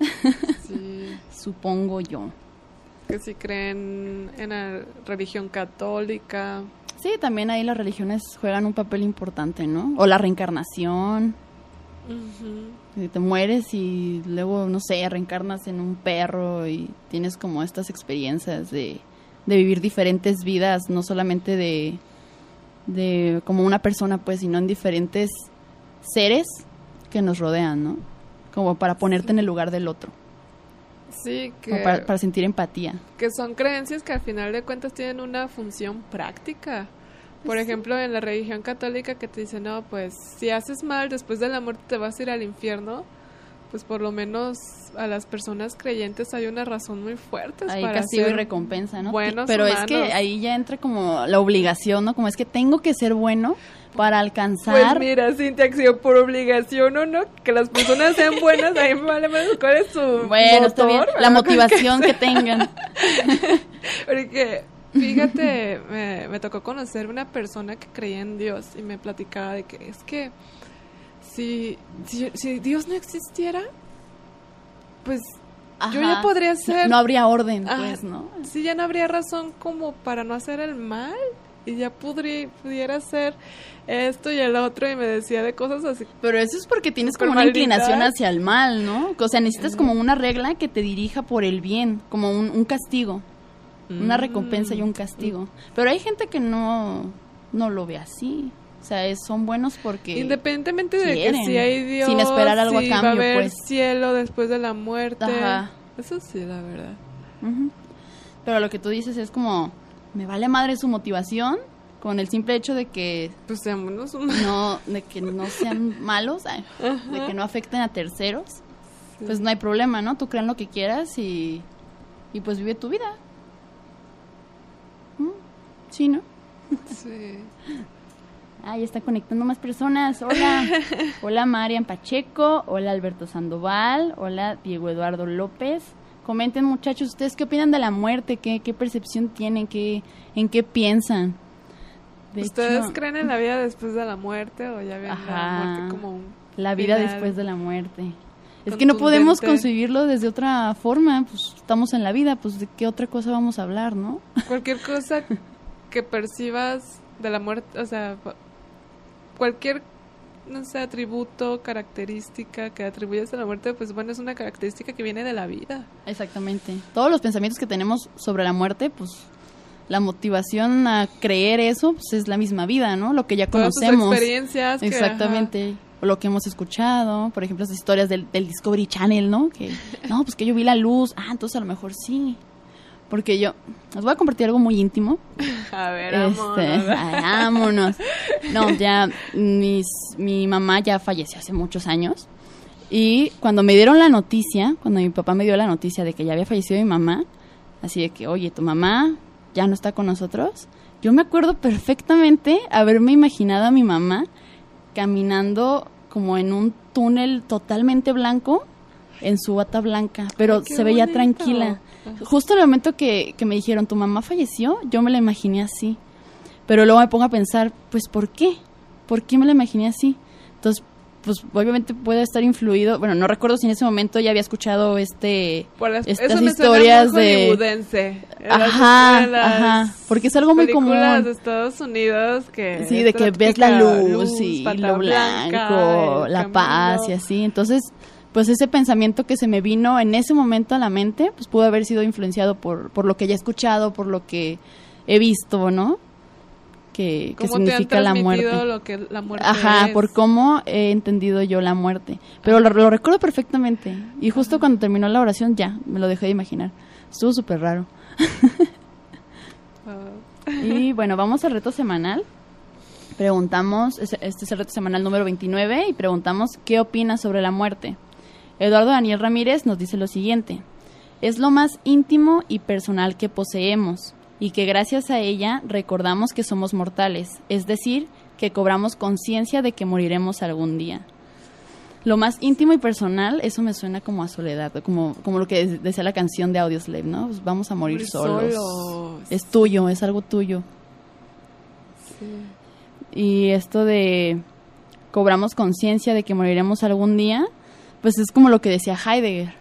[SPEAKER 1] Sí.
[SPEAKER 4] Supongo yo.
[SPEAKER 1] Que si creen en la religión católica.
[SPEAKER 4] Sí, también ahí las religiones juegan un papel importante, ¿no? O la reencarnación. Uh-huh. Te mueres y luego, no sé, reencarnas en un perro y tienes como estas experiencias de vivir diferentes vidas, no solamente de como una persona, pues, sino en diferentes seres que nos rodean, ¿no? Como para ponerte en el lugar del otro.
[SPEAKER 1] Sí, que...
[SPEAKER 4] Como para sentir empatía.
[SPEAKER 1] Que son creencias que al final de cuentas tienen una función práctica. Por ejemplo, en la religión católica que te dicen, no, pues, si haces mal, después de la muerte te vas a ir al infierno, pues por lo menos a las personas creyentes hay una razón muy fuerte
[SPEAKER 4] ahí
[SPEAKER 1] para
[SPEAKER 4] castigo y
[SPEAKER 1] ser
[SPEAKER 4] recompensa, ¿no?
[SPEAKER 1] Pero
[SPEAKER 4] es que ahí ya entra como la obligación, ¿no? Como es que tengo que ser bueno para alcanzar.
[SPEAKER 1] Pues mira, Cintia, por obligación o no, que las personas sean buenas, ahí me vale más cuál es su
[SPEAKER 4] bueno,
[SPEAKER 1] motor,
[SPEAKER 4] está bien, la motivación que tengan.
[SPEAKER 1] Porque fíjate, me tocó conocer una persona que creía en Dios y me platicaba de que es que si Dios no existiera, pues ajá, yo ya podría ser...
[SPEAKER 4] No habría orden, pues, ¿no?
[SPEAKER 1] Sí, ya no habría razón como para no hacer el mal. Y ya pudiera hacer esto y el otro, y me decía de cosas así.
[SPEAKER 4] Pero eso es porque tienes como una inclinación hacia el mal, ¿no? O sea, necesitas como una regla que te dirija por el bien, como un castigo. Una recompensa y un castigo. Pero hay gente que no lo ve así. O sea, son buenos porque
[SPEAKER 1] independientemente
[SPEAKER 4] quieren,
[SPEAKER 1] de que si hay Dios,
[SPEAKER 4] sin esperar algo
[SPEAKER 1] si
[SPEAKER 4] a cambio,
[SPEAKER 1] va a haber
[SPEAKER 4] pues.
[SPEAKER 1] cielo después de la muerte.
[SPEAKER 4] Ajá.
[SPEAKER 1] Eso sí, la verdad.
[SPEAKER 4] Uh-huh. Pero lo que tú dices es como, me vale madre su motivación con el simple hecho de que
[SPEAKER 1] pues seamos
[SPEAKER 4] de que no sean malos, de que no afecten a terceros. Sí. Pues no hay problema, ¿no? Tú crean lo que quieras y pues vive tu vida. Sí, ¿no?
[SPEAKER 1] Sí.
[SPEAKER 4] Ya está conectando más personas. Hola. Hola Marian Pacheco. Hola Alberto Sandoval. Hola Diego Eduardo López. Comenten, muchachos, ¿ustedes qué opinan de la muerte? ¿Qué percepción tienen? ¿En qué piensan?
[SPEAKER 1] ¿Ustedes creen en la vida después de la muerte o ya ven la muerte como un
[SPEAKER 4] la vida después de la muerte? Es que no podemos concebirlo desde otra forma. Pues estamos en la vida, pues ¿de qué otra cosa vamos a hablar, no?
[SPEAKER 1] Cualquier cosa que percibas de la muerte, o sea, cualquier, no sé, atributo, característica que atribuyas a la muerte, pues bueno, es una característica que viene de la vida.
[SPEAKER 4] Exactamente. Todos los pensamientos que tenemos sobre la muerte, pues la motivación a creer eso, pues es la misma vida, ¿no? Lo que ya conocemos.
[SPEAKER 1] Todas sus experiencias.
[SPEAKER 4] Exactamente. O lo que hemos escuchado, por ejemplo, esas historias del Discovery Channel, ¿no? Que, no, pues que yo vi la luz. Entonces a lo mejor sí. Porque yo, les voy a compartir algo muy íntimo.
[SPEAKER 1] A ver, vámonos.
[SPEAKER 4] Vámonos. No, ya, mi mamá ya falleció hace muchos años. Y cuando me dieron la noticia, cuando mi papá me dio la noticia de que ya había fallecido mi mamá, así de que, oye, tu mamá ya no está con nosotros, yo me acuerdo perfectamente haberme imaginado a mi mamá caminando como en un túnel totalmente blanco, en su bata blanca, pero se veía tranquila. Justo en el momento que me dijeron, tu mamá falleció, yo me la imaginé así. Pero luego me pongo a pensar, pues, ¿por qué? ¿Por qué me la imaginé así? Entonces, pues, obviamente puede estar influido. Bueno, no recuerdo si en ese momento ya había escuchado estas historias
[SPEAKER 1] de...
[SPEAKER 4] Ajá, porque es algo muy común.
[SPEAKER 1] Películas de Estados Unidos que...
[SPEAKER 4] Sí, de que ves la luz y lo blanco, la paz y así. Entonces, pues ese pensamiento que se me vino en ese momento a la mente, pues pudo haber sido influenciado por lo que ya he escuchado, por lo que he visto, ¿no? que
[SPEAKER 1] ¿Cómo
[SPEAKER 4] significa la muerte.
[SPEAKER 1] te han transmitido lo que la muerte
[SPEAKER 4] Ajá,
[SPEAKER 1] es?
[SPEAKER 4] por cómo he entendido yo la muerte. Pero lo recuerdo perfectamente. Y justo cuando terminó la oración, ya, me lo dejé de imaginar. Estuvo súper raro. Y bueno, vamos al reto semanal. Preguntamos, este es el reto semanal número 29, y preguntamos, ¿qué opinas sobre la muerte? Eduardo Daniel Ramírez nos dice lo siguiente: es lo más íntimo y personal que poseemos, y que gracias a ella recordamos que somos mortales, es decir, que cobramos conciencia de que moriremos algún día. Lo más íntimo y personal, eso me suena como a soledad, como lo que decía la canción de Audioslave, ¿no? Pues vamos a morir solos. Es tuyo, es algo tuyo. Sí. Y esto de cobramos conciencia de que moriremos algún día, pues es como lo que decía Heidegger,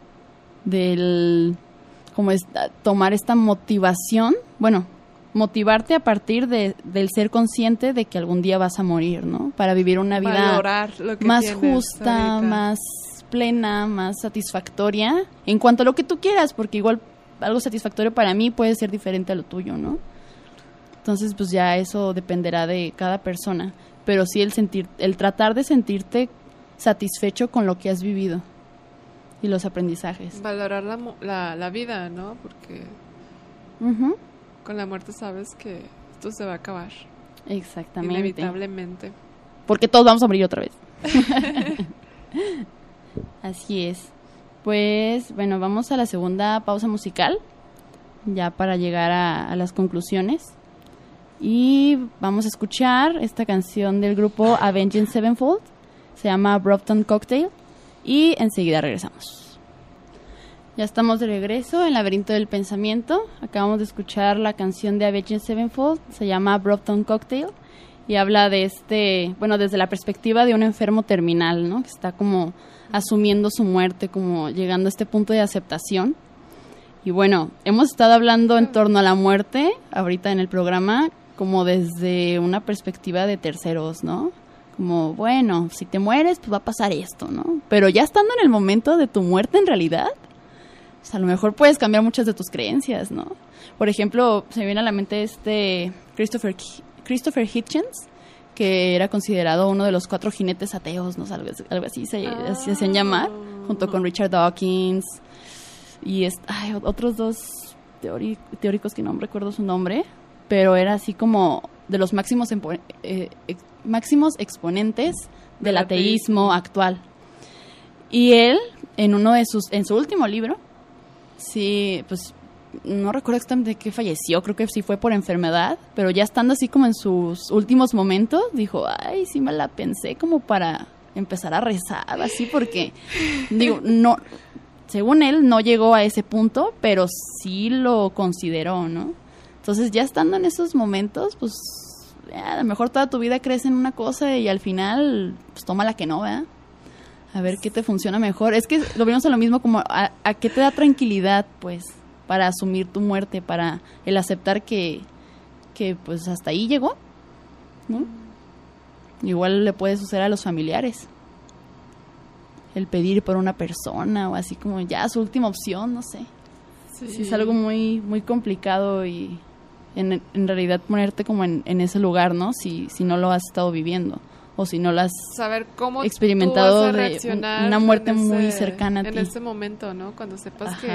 [SPEAKER 4] como tomar esta motivación, bueno, motivarte a partir del ser consciente de que algún día vas a morir, ¿no? Para vivir una vida más justa, ahorita, más plena, más satisfactoria, en cuanto a lo que tú quieras, porque igual algo satisfactorio para mí puede ser diferente a lo tuyo, ¿no? Entonces, pues ya eso dependerá de cada persona, pero sí el tratar de sentirte satisfecho con lo que has vivido y los aprendizajes.
[SPEAKER 1] Valorar la vida, ¿no? Porque con la muerte sabes que esto se va a acabar.
[SPEAKER 4] Exactamente.
[SPEAKER 1] Inevitablemente.
[SPEAKER 4] Porque todos vamos a morir otra vez. Así es. Pues, bueno, vamos a la segunda pausa musical, ya para llegar a las conclusiones. Y vamos a escuchar esta canción del grupo Avenged Sevenfold. Se llama Brompton Cocktail. Y enseguida regresamos. Ya estamos de regreso en Laberinto del Pensamiento. Acabamos de escuchar la canción de Avenged Sevenfold. Se llama Brompton Cocktail. Y habla de desde la perspectiva de un enfermo terminal, ¿no? Que está como asumiendo su muerte, como llegando a este punto de aceptación. Y bueno, hemos estado hablando en torno a la muerte ahorita en el programa como desde una perspectiva de terceros, ¿no? Como, bueno, si te mueres, pues va a pasar esto, ¿no? Pero ya estando en el momento de tu muerte en realidad, pues a lo mejor puedes cambiar muchas de tus creencias, ¿no? Por ejemplo, se me viene a la mente Christopher Hitchens, que era considerado uno de los 4 jinetes ateos, ¿no? Algo así se hacían llamar, junto con Richard Dawkins y otros 2 teóricos que no recuerdo su nombre, pero era así como de los máximos exponentes del ateísmo actual. Y él, en su último libro, sí, pues no recuerdo exactamente de qué falleció, creo que sí fue por enfermedad, pero ya estando así como en sus últimos momentos, dijo, ay, sí me la pensé como para empezar a rezar, así, porque, digo, no, según él no llegó a ese punto, pero sí lo consideró, ¿no? Entonces ya estando en esos momentos, pues a lo mejor toda tu vida crees en una cosa y al final, pues toma la que no, ¿verdad? A ver qué te funciona mejor. Es que lo vemos a lo mismo como a qué te da tranquilidad, pues, para asumir tu muerte, para el aceptar que pues hasta ahí llegó, ¿no? Igual le puede suceder a los familiares. El pedir por una persona o así como ya su última opción, no sé. Sí, es algo muy, muy complicado y en realidad ponerte como en ese lugar, ¿no? Si no lo has estado viviendo o si no lo has
[SPEAKER 1] saber cómo
[SPEAKER 4] experimentado
[SPEAKER 1] tú vas a
[SPEAKER 4] de
[SPEAKER 1] reaccionar
[SPEAKER 4] una muerte muy cercana a ti.
[SPEAKER 1] En ese momento, ¿no? Cuando sepas que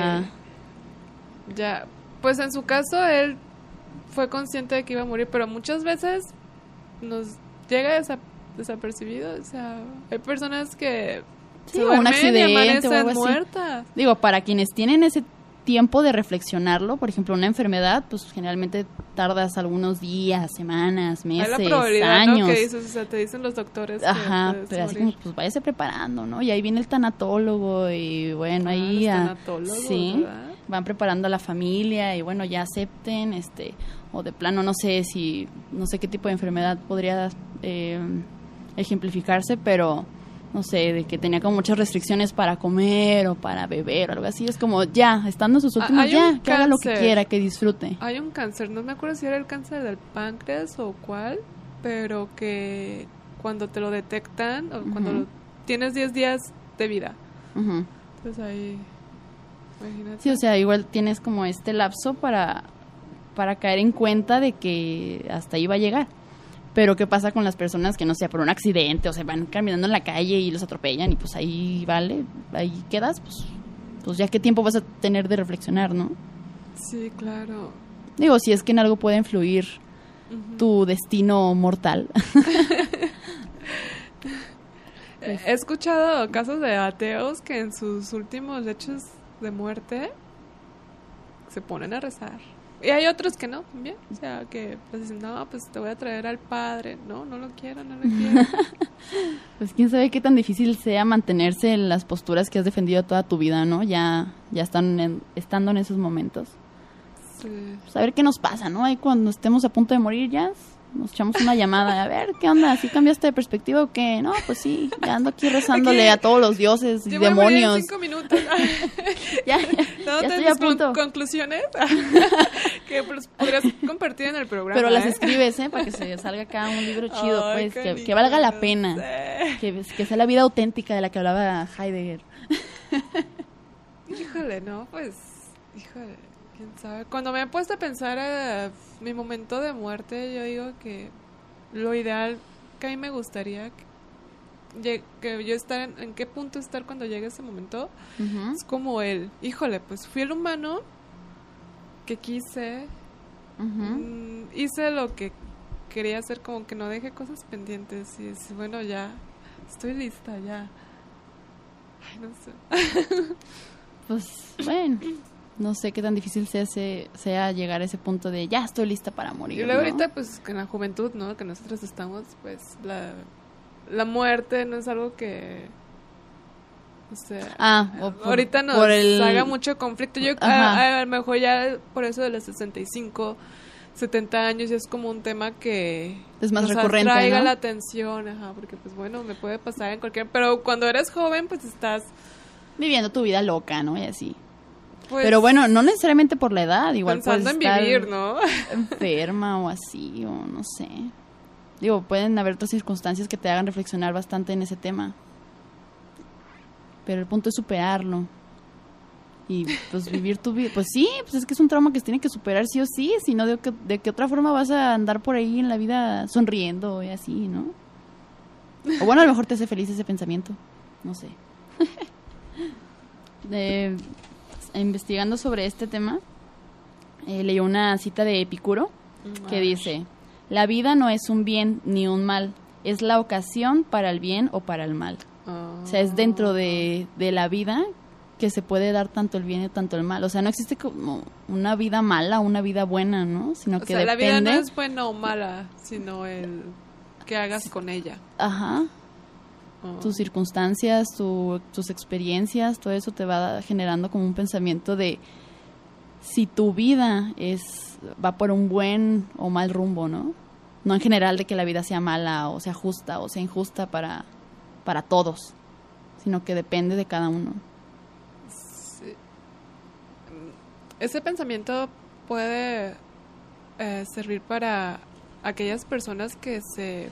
[SPEAKER 1] ya, pues en su caso él fue consciente de que iba a morir, pero muchas veces nos llega desapercibido, o sea, hay personas que
[SPEAKER 4] sí, se un accidente y
[SPEAKER 1] amanecen muertas.
[SPEAKER 4] Digo, para quienes tienen ese tiempo de reflexionarlo, por ejemplo, una enfermedad, pues generalmente tardas algunos días, semanas, meses,
[SPEAKER 1] hay la probabilidad,
[SPEAKER 4] años.
[SPEAKER 1] ¿no? Que dices, o sea, te dicen los doctores.
[SPEAKER 4] Ajá, pero así como, pues váyase preparando, ¿no? Y ahí viene el tanatólogo y bueno, ahí
[SPEAKER 1] los tanatólogos,
[SPEAKER 4] sí,
[SPEAKER 1] ¿verdad?
[SPEAKER 4] Van preparando a la familia y bueno, ya acepten, o de plano no sé qué tipo de enfermedad podría ejemplificarse, pero no sé, de que tenía como muchas restricciones para comer o para beber o algo así. Es como, ya, estando en sus últimos, ya, que haga lo que quiera, que disfrute.
[SPEAKER 1] Hay un cáncer, no me acuerdo si era el cáncer del páncreas o cuál, pero que cuando te lo detectan, o cuando tienes 10 días de vida. Entonces ahí, imagínate.
[SPEAKER 4] Sí, o sea, igual tienes como este lapso para para caer en cuenta de que hasta ahí va a llegar. Pero ¿qué pasa con las personas que, no sé, por un accidente o se van caminando en la calle y los atropellan y pues ahí vale, ahí quedas, pues ya qué tiempo vas a tener de reflexionar, ¿no?
[SPEAKER 1] Sí, claro.
[SPEAKER 4] Digo, si es que en algo puede influir tu destino mortal.
[SPEAKER 1] He escuchado casos de ateos que en sus últimos hechos de muerte se ponen a rezar. Y hay otros que no, también. O sea, que pues dicen, no, pues te voy a traer al Padre. No, no lo quiero.
[SPEAKER 4] Pues quién sabe qué tan difícil sea mantenerse en las posturas que has defendido toda tu vida, ¿no? Ya estando en esos momentos.
[SPEAKER 1] Sí.
[SPEAKER 4] Pues a ver qué nos pasa, ¿no? Ahí cuando estemos a punto de morir ya nos echamos una llamada. A ver, ¿qué onda? ¿Sí cambiaste de perspectiva o qué? No, pues sí, ya ando aquí rezándole a todos los dioses y demonios.
[SPEAKER 1] En 5 minutos.
[SPEAKER 4] ya estoy a punto.
[SPEAKER 1] Conclusiones que pues, podrías compartir en el programa.
[SPEAKER 4] Pero las escribes, para que se salga acá un libro chido, pues, que valga la pena. Que sea la vida auténtica de la que hablaba Heidegger.
[SPEAKER 1] Híjole, no, pues, híjole, quién sabe. Cuando me he puesto a pensar mi momento de muerte, yo digo que lo ideal que a mí me gustaría que yo estar en qué punto estar cuando llegue ese momento, es como híjole, pues fui el humano que quise, hice lo que quería hacer, como que no dejé cosas pendientes y es, bueno, ya estoy lista, ya. Ay, no sé.
[SPEAKER 4] Pues, bueno, no sé qué tan difícil sea llegar a ese punto de ya estoy lista para morir.
[SPEAKER 1] Y luego
[SPEAKER 4] ¿no?
[SPEAKER 1] ahorita, pues, en la juventud, ¿no? Que nosotros estamos, pues, la muerte no es algo que, o sea, ahorita nos haga mucho conflicto. Yo a lo mejor ya por eso de los 65, 70 años ya es como un tema que
[SPEAKER 4] es más
[SPEAKER 1] nos
[SPEAKER 4] recurrente,
[SPEAKER 1] atraiga,
[SPEAKER 4] ¿no?
[SPEAKER 1] la atención, porque pues bueno, me puede pasar en cualquier, pero cuando eres joven pues estás
[SPEAKER 4] viviendo tu vida loca, ¿no? Y así.
[SPEAKER 1] Pues,
[SPEAKER 4] pero bueno, no necesariamente por la edad, igual
[SPEAKER 1] pensando
[SPEAKER 4] puedes
[SPEAKER 1] en
[SPEAKER 4] estar
[SPEAKER 1] vivir, ¿no?
[SPEAKER 4] enferma o así, o no sé. Digo, pueden haber otras circunstancias que te hagan reflexionar bastante en ese tema. Pero el punto es superarlo. Y pues vivir tu vida. Pues sí, pues es que es un trauma que se tiene que superar sí o sí. Si no, ¿de qué otra forma vas a andar por ahí en la vida sonriendo y así, ¿no? O bueno, a lo mejor te hace feliz ese pensamiento. No sé. Investigando sobre este tema, leí una cita de Epicuro que dice: la vida no es un bien ni un mal, es la ocasión para el bien o para el mal. O sea, es dentro de la vida que se puede dar tanto el bien y tanto el mal. O sea, no existe como una vida mala o una vida buena, ¿no? Sino que depende.
[SPEAKER 1] La vida no es buena o mala, sino el que hagas con ella.
[SPEAKER 4] Ajá. Tus circunstancias, tus experiencias, todo eso te va generando como un pensamiento de si tu vida va por un buen o mal rumbo, ¿no? No en general de que la vida sea mala o sea justa o sea injusta para todos, sino que depende de cada uno.
[SPEAKER 1] Sí. Ese pensamiento puede servir para aquellas personas que se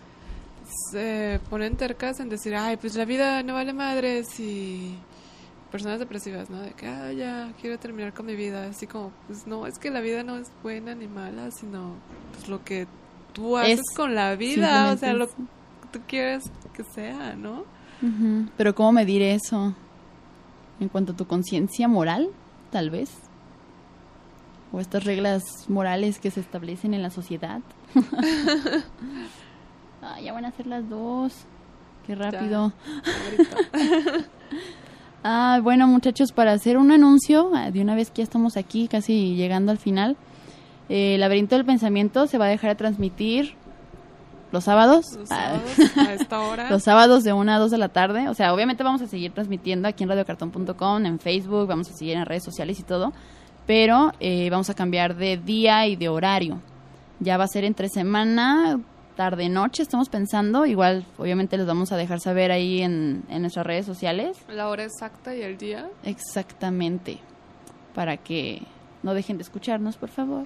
[SPEAKER 1] ponen tercas en decir, ay, pues la vida no vale madres, y personas depresivas, ¿no? De que, ya, quiero terminar con mi vida. Así como, pues no, es que la vida no es buena ni mala, sino pues lo que tú haces con la vida, o sea, lo que tú quieres que sea, ¿no?
[SPEAKER 4] Uh-huh. Pero ¿cómo medir eso? En cuanto a tu conciencia moral, tal vez. O estas reglas morales que se establecen en la sociedad. Ya van a ser las 2. Qué rápido. Bueno, muchachos, para hacer un anuncio, de una vez que ya estamos aquí, casi llegando al final, el Laberinto del Pensamiento se va a dejar de transmitir los sábados.
[SPEAKER 1] A esta hora.
[SPEAKER 4] Los sábados de 1 a 2 de la tarde. O sea, obviamente vamos a seguir transmitiendo aquí en radiocartón.com, en Facebook, vamos a seguir en redes sociales y todo, pero vamos a cambiar de día y de horario. Ya va a ser entre semana, tarde-noche, estamos pensando. Igual, obviamente, les vamos a dejar saber ahí en nuestras redes sociales.
[SPEAKER 1] La hora exacta y el día.
[SPEAKER 4] Exactamente. Para que no dejen de escucharnos, por favor.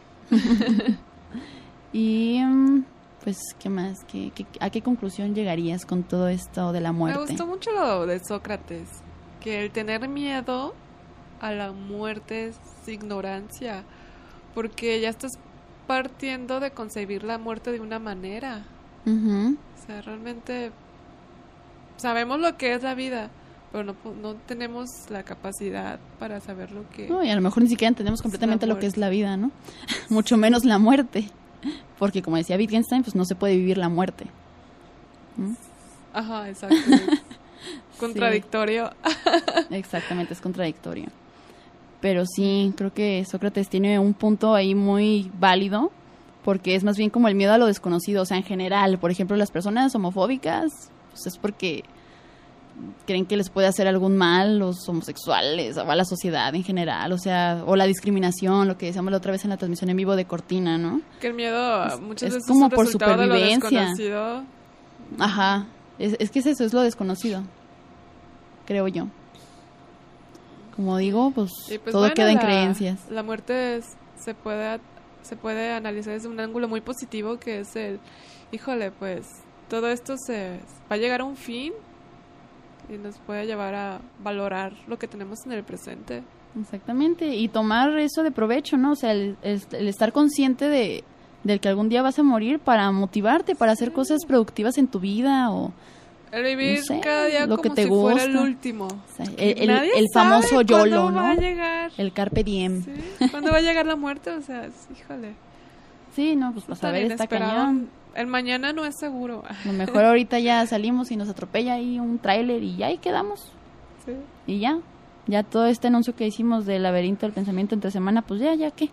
[SPEAKER 4] Y, pues, ¿qué más? ¿A qué conclusión llegarías con todo esto de la muerte?
[SPEAKER 1] Me gustó mucho lo de Sócrates, que el tener miedo a la muerte es ignorancia. porque ya estás partiendo de concebir la muerte de una manera.
[SPEAKER 4] Ujú.
[SPEAKER 1] O sea, realmente sabemos lo que es la vida, pero no tenemos la capacidad para saber lo que...
[SPEAKER 4] No, y a lo mejor ni siquiera entendemos completamente
[SPEAKER 1] la
[SPEAKER 4] lo que es
[SPEAKER 1] muerte.
[SPEAKER 4] la vida, ¿no? Mucho menos la muerte. Porque como decía Wittgenstein, pues no se puede vivir la muerte. ¿Mm?
[SPEAKER 1] Ajá, exacto. Es contradictorio.
[SPEAKER 4] Exactamente, es contradictorio. Pero sí, creo que Sócrates tiene un punto ahí muy válido, porque es más bien como el miedo a lo desconocido. O sea, en general, por ejemplo, las personas homofóbicas, pues es porque creen que les puede hacer algún mal los homosexuales o a la sociedad en general, o sea, o la discriminación, lo que decíamos la otra vez en la transmisión en vivo de Cortina, ¿no?
[SPEAKER 1] Que el miedo muchas
[SPEAKER 4] es
[SPEAKER 1] veces
[SPEAKER 4] como
[SPEAKER 1] es un
[SPEAKER 4] por
[SPEAKER 1] resultado de lo
[SPEAKER 4] supervivencia.
[SPEAKER 1] desconocido.
[SPEAKER 4] Ajá, es que es eso, es lo desconocido, creo yo. Como digo, pues,
[SPEAKER 1] Y pues
[SPEAKER 4] todo
[SPEAKER 1] bueno,
[SPEAKER 4] queda en creencias.
[SPEAKER 1] La muerte se puede analizar desde un ángulo muy positivo, que es híjole, pues todo esto se va a llegar a un fin y nos puede llevar a valorar lo que tenemos en el presente.
[SPEAKER 4] Exactamente, y tomar eso de provecho, ¿no? O sea, el estar consciente del que algún día vas a morir para motivarte, para hacer cosas productivas en tu vida o...
[SPEAKER 1] El vivir
[SPEAKER 4] no sé,
[SPEAKER 1] cada día
[SPEAKER 4] lo
[SPEAKER 1] como
[SPEAKER 4] que te
[SPEAKER 1] si fuera el
[SPEAKER 4] gusta.
[SPEAKER 1] último.
[SPEAKER 4] O sea,
[SPEAKER 1] Y nadie
[SPEAKER 4] el
[SPEAKER 1] sabe
[SPEAKER 4] famoso
[SPEAKER 1] cuándo
[SPEAKER 4] YOLO, ¿no?
[SPEAKER 1] va a llegar.
[SPEAKER 4] El carpe diem.
[SPEAKER 1] Sí, ¿cuándo va a llegar la muerte? O sea, híjole.
[SPEAKER 4] Sí, no, pues para
[SPEAKER 1] Tan
[SPEAKER 4] saber está
[SPEAKER 1] inesperado.
[SPEAKER 4] cañón.
[SPEAKER 1] El mañana no es seguro.
[SPEAKER 4] A lo mejor ahorita ya salimos y nos atropella ahí un tráiler y ya ahí quedamos.
[SPEAKER 1] Sí.
[SPEAKER 4] Y ya todo este anuncio que hicimos del laberinto del pensamiento entre semana, pues ya qué.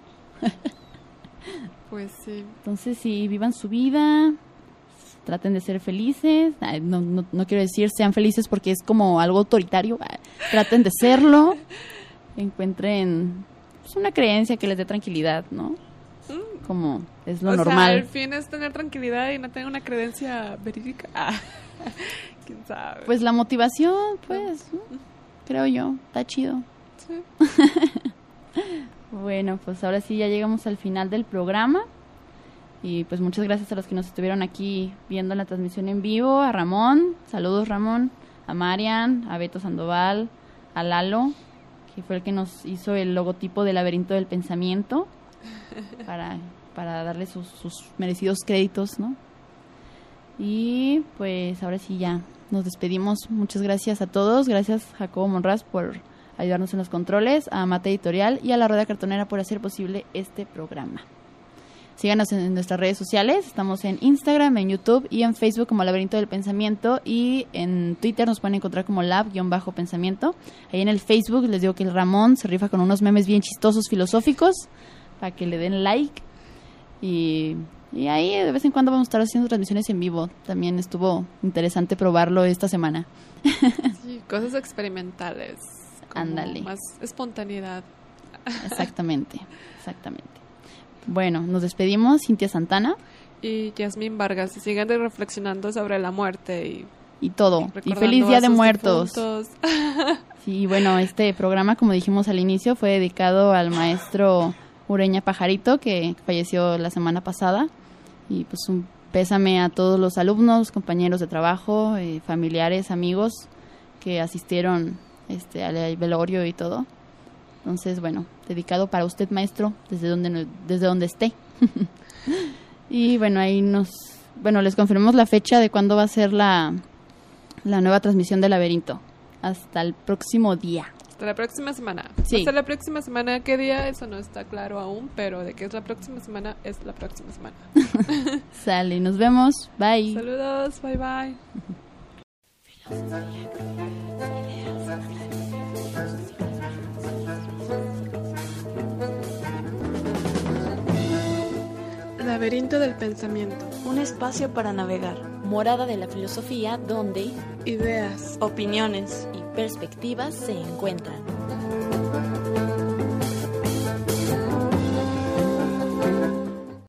[SPEAKER 1] Pues sí.
[SPEAKER 4] Entonces sí, vivan su vida, traten de ser felices. Ay, no quiero decir sean felices porque es como algo autoritario. Ay, traten de serlo. Encuentren pues, una creencia que les dé tranquilidad, ¿no? Como es lo
[SPEAKER 1] o
[SPEAKER 4] normal.
[SPEAKER 1] sea, el fin es tener tranquilidad y no tener una creencia verídica. ¿Quién sabe?
[SPEAKER 4] Pues la motivación, pues, ¿no? Creo yo, está chido.
[SPEAKER 1] Sí.
[SPEAKER 4] Bueno, pues ahora sí ya llegamos al final del programa. Y pues muchas gracias a los que nos estuvieron aquí viendo la transmisión en vivo. A Ramón, saludos Ramón. A Marian, a Beto Sandoval, a Lalo, que fue el que nos hizo el logotipo del laberinto del pensamiento. Para darle sus merecidos créditos, ¿no? Y pues ahora sí ya nos despedimos. Muchas gracias a todos. Gracias Jacobo Monraz por ayudarnos en los controles, a Mate Editorial y a la Rueda Cartonera por hacer posible este programa. Síganos en nuestras redes sociales. Estamos en Instagram, en YouTube y en Facebook como Laberinto del Pensamiento, y en Twitter nos pueden encontrar como lab-pensamiento. Ahí en el Facebook les digo que el Ramón se rifa con unos memes bien chistosos filosóficos para que le den like. Y ahí de vez en cuando vamos a estar haciendo transmisiones en vivo. También estuvo interesante probarlo esta semana.
[SPEAKER 1] Sí, cosas experimentales. Como
[SPEAKER 4] Ándale.
[SPEAKER 1] Más espontaneidad.
[SPEAKER 4] Exactamente. Bueno, nos despedimos. Cintia Santana.
[SPEAKER 1] Y Yasmín Vargas. Y sigan reflexionando sobre la muerte
[SPEAKER 4] y todo. Y
[SPEAKER 1] recordando
[SPEAKER 4] feliz Día
[SPEAKER 1] a
[SPEAKER 4] de
[SPEAKER 1] sus
[SPEAKER 4] Muertos.
[SPEAKER 1] difuntos.
[SPEAKER 4] Sí, bueno, este programa, como dijimos al inicio, fue dedicado al maestro Ureña Pajarito, que falleció la semana pasada. Y pues un pésame a todos los alumnos, compañeros de trabajo, familiares, amigos que asistieron al velorio y todo. Entonces, bueno, dedicado para usted, maestro, desde donde esté. Y bueno, ahí les confirmamos la fecha de cuándo va a ser la nueva transmisión del laberinto. Hasta el próximo día.
[SPEAKER 1] Hasta la próxima semana.
[SPEAKER 4] Sí.
[SPEAKER 1] Hasta la próxima semana. ¿Qué día? Eso no está claro aún, pero de que es la próxima semana, es la próxima semana.
[SPEAKER 4] Sale, nos vemos. Bye.
[SPEAKER 1] Saludos. Bye, bye. Laberinto del pensamiento.
[SPEAKER 2] Un espacio para navegar.
[SPEAKER 3] Morada de la filosofía donde
[SPEAKER 1] Ideas.
[SPEAKER 2] Opiniones.
[SPEAKER 3] y perspectivas se encuentran.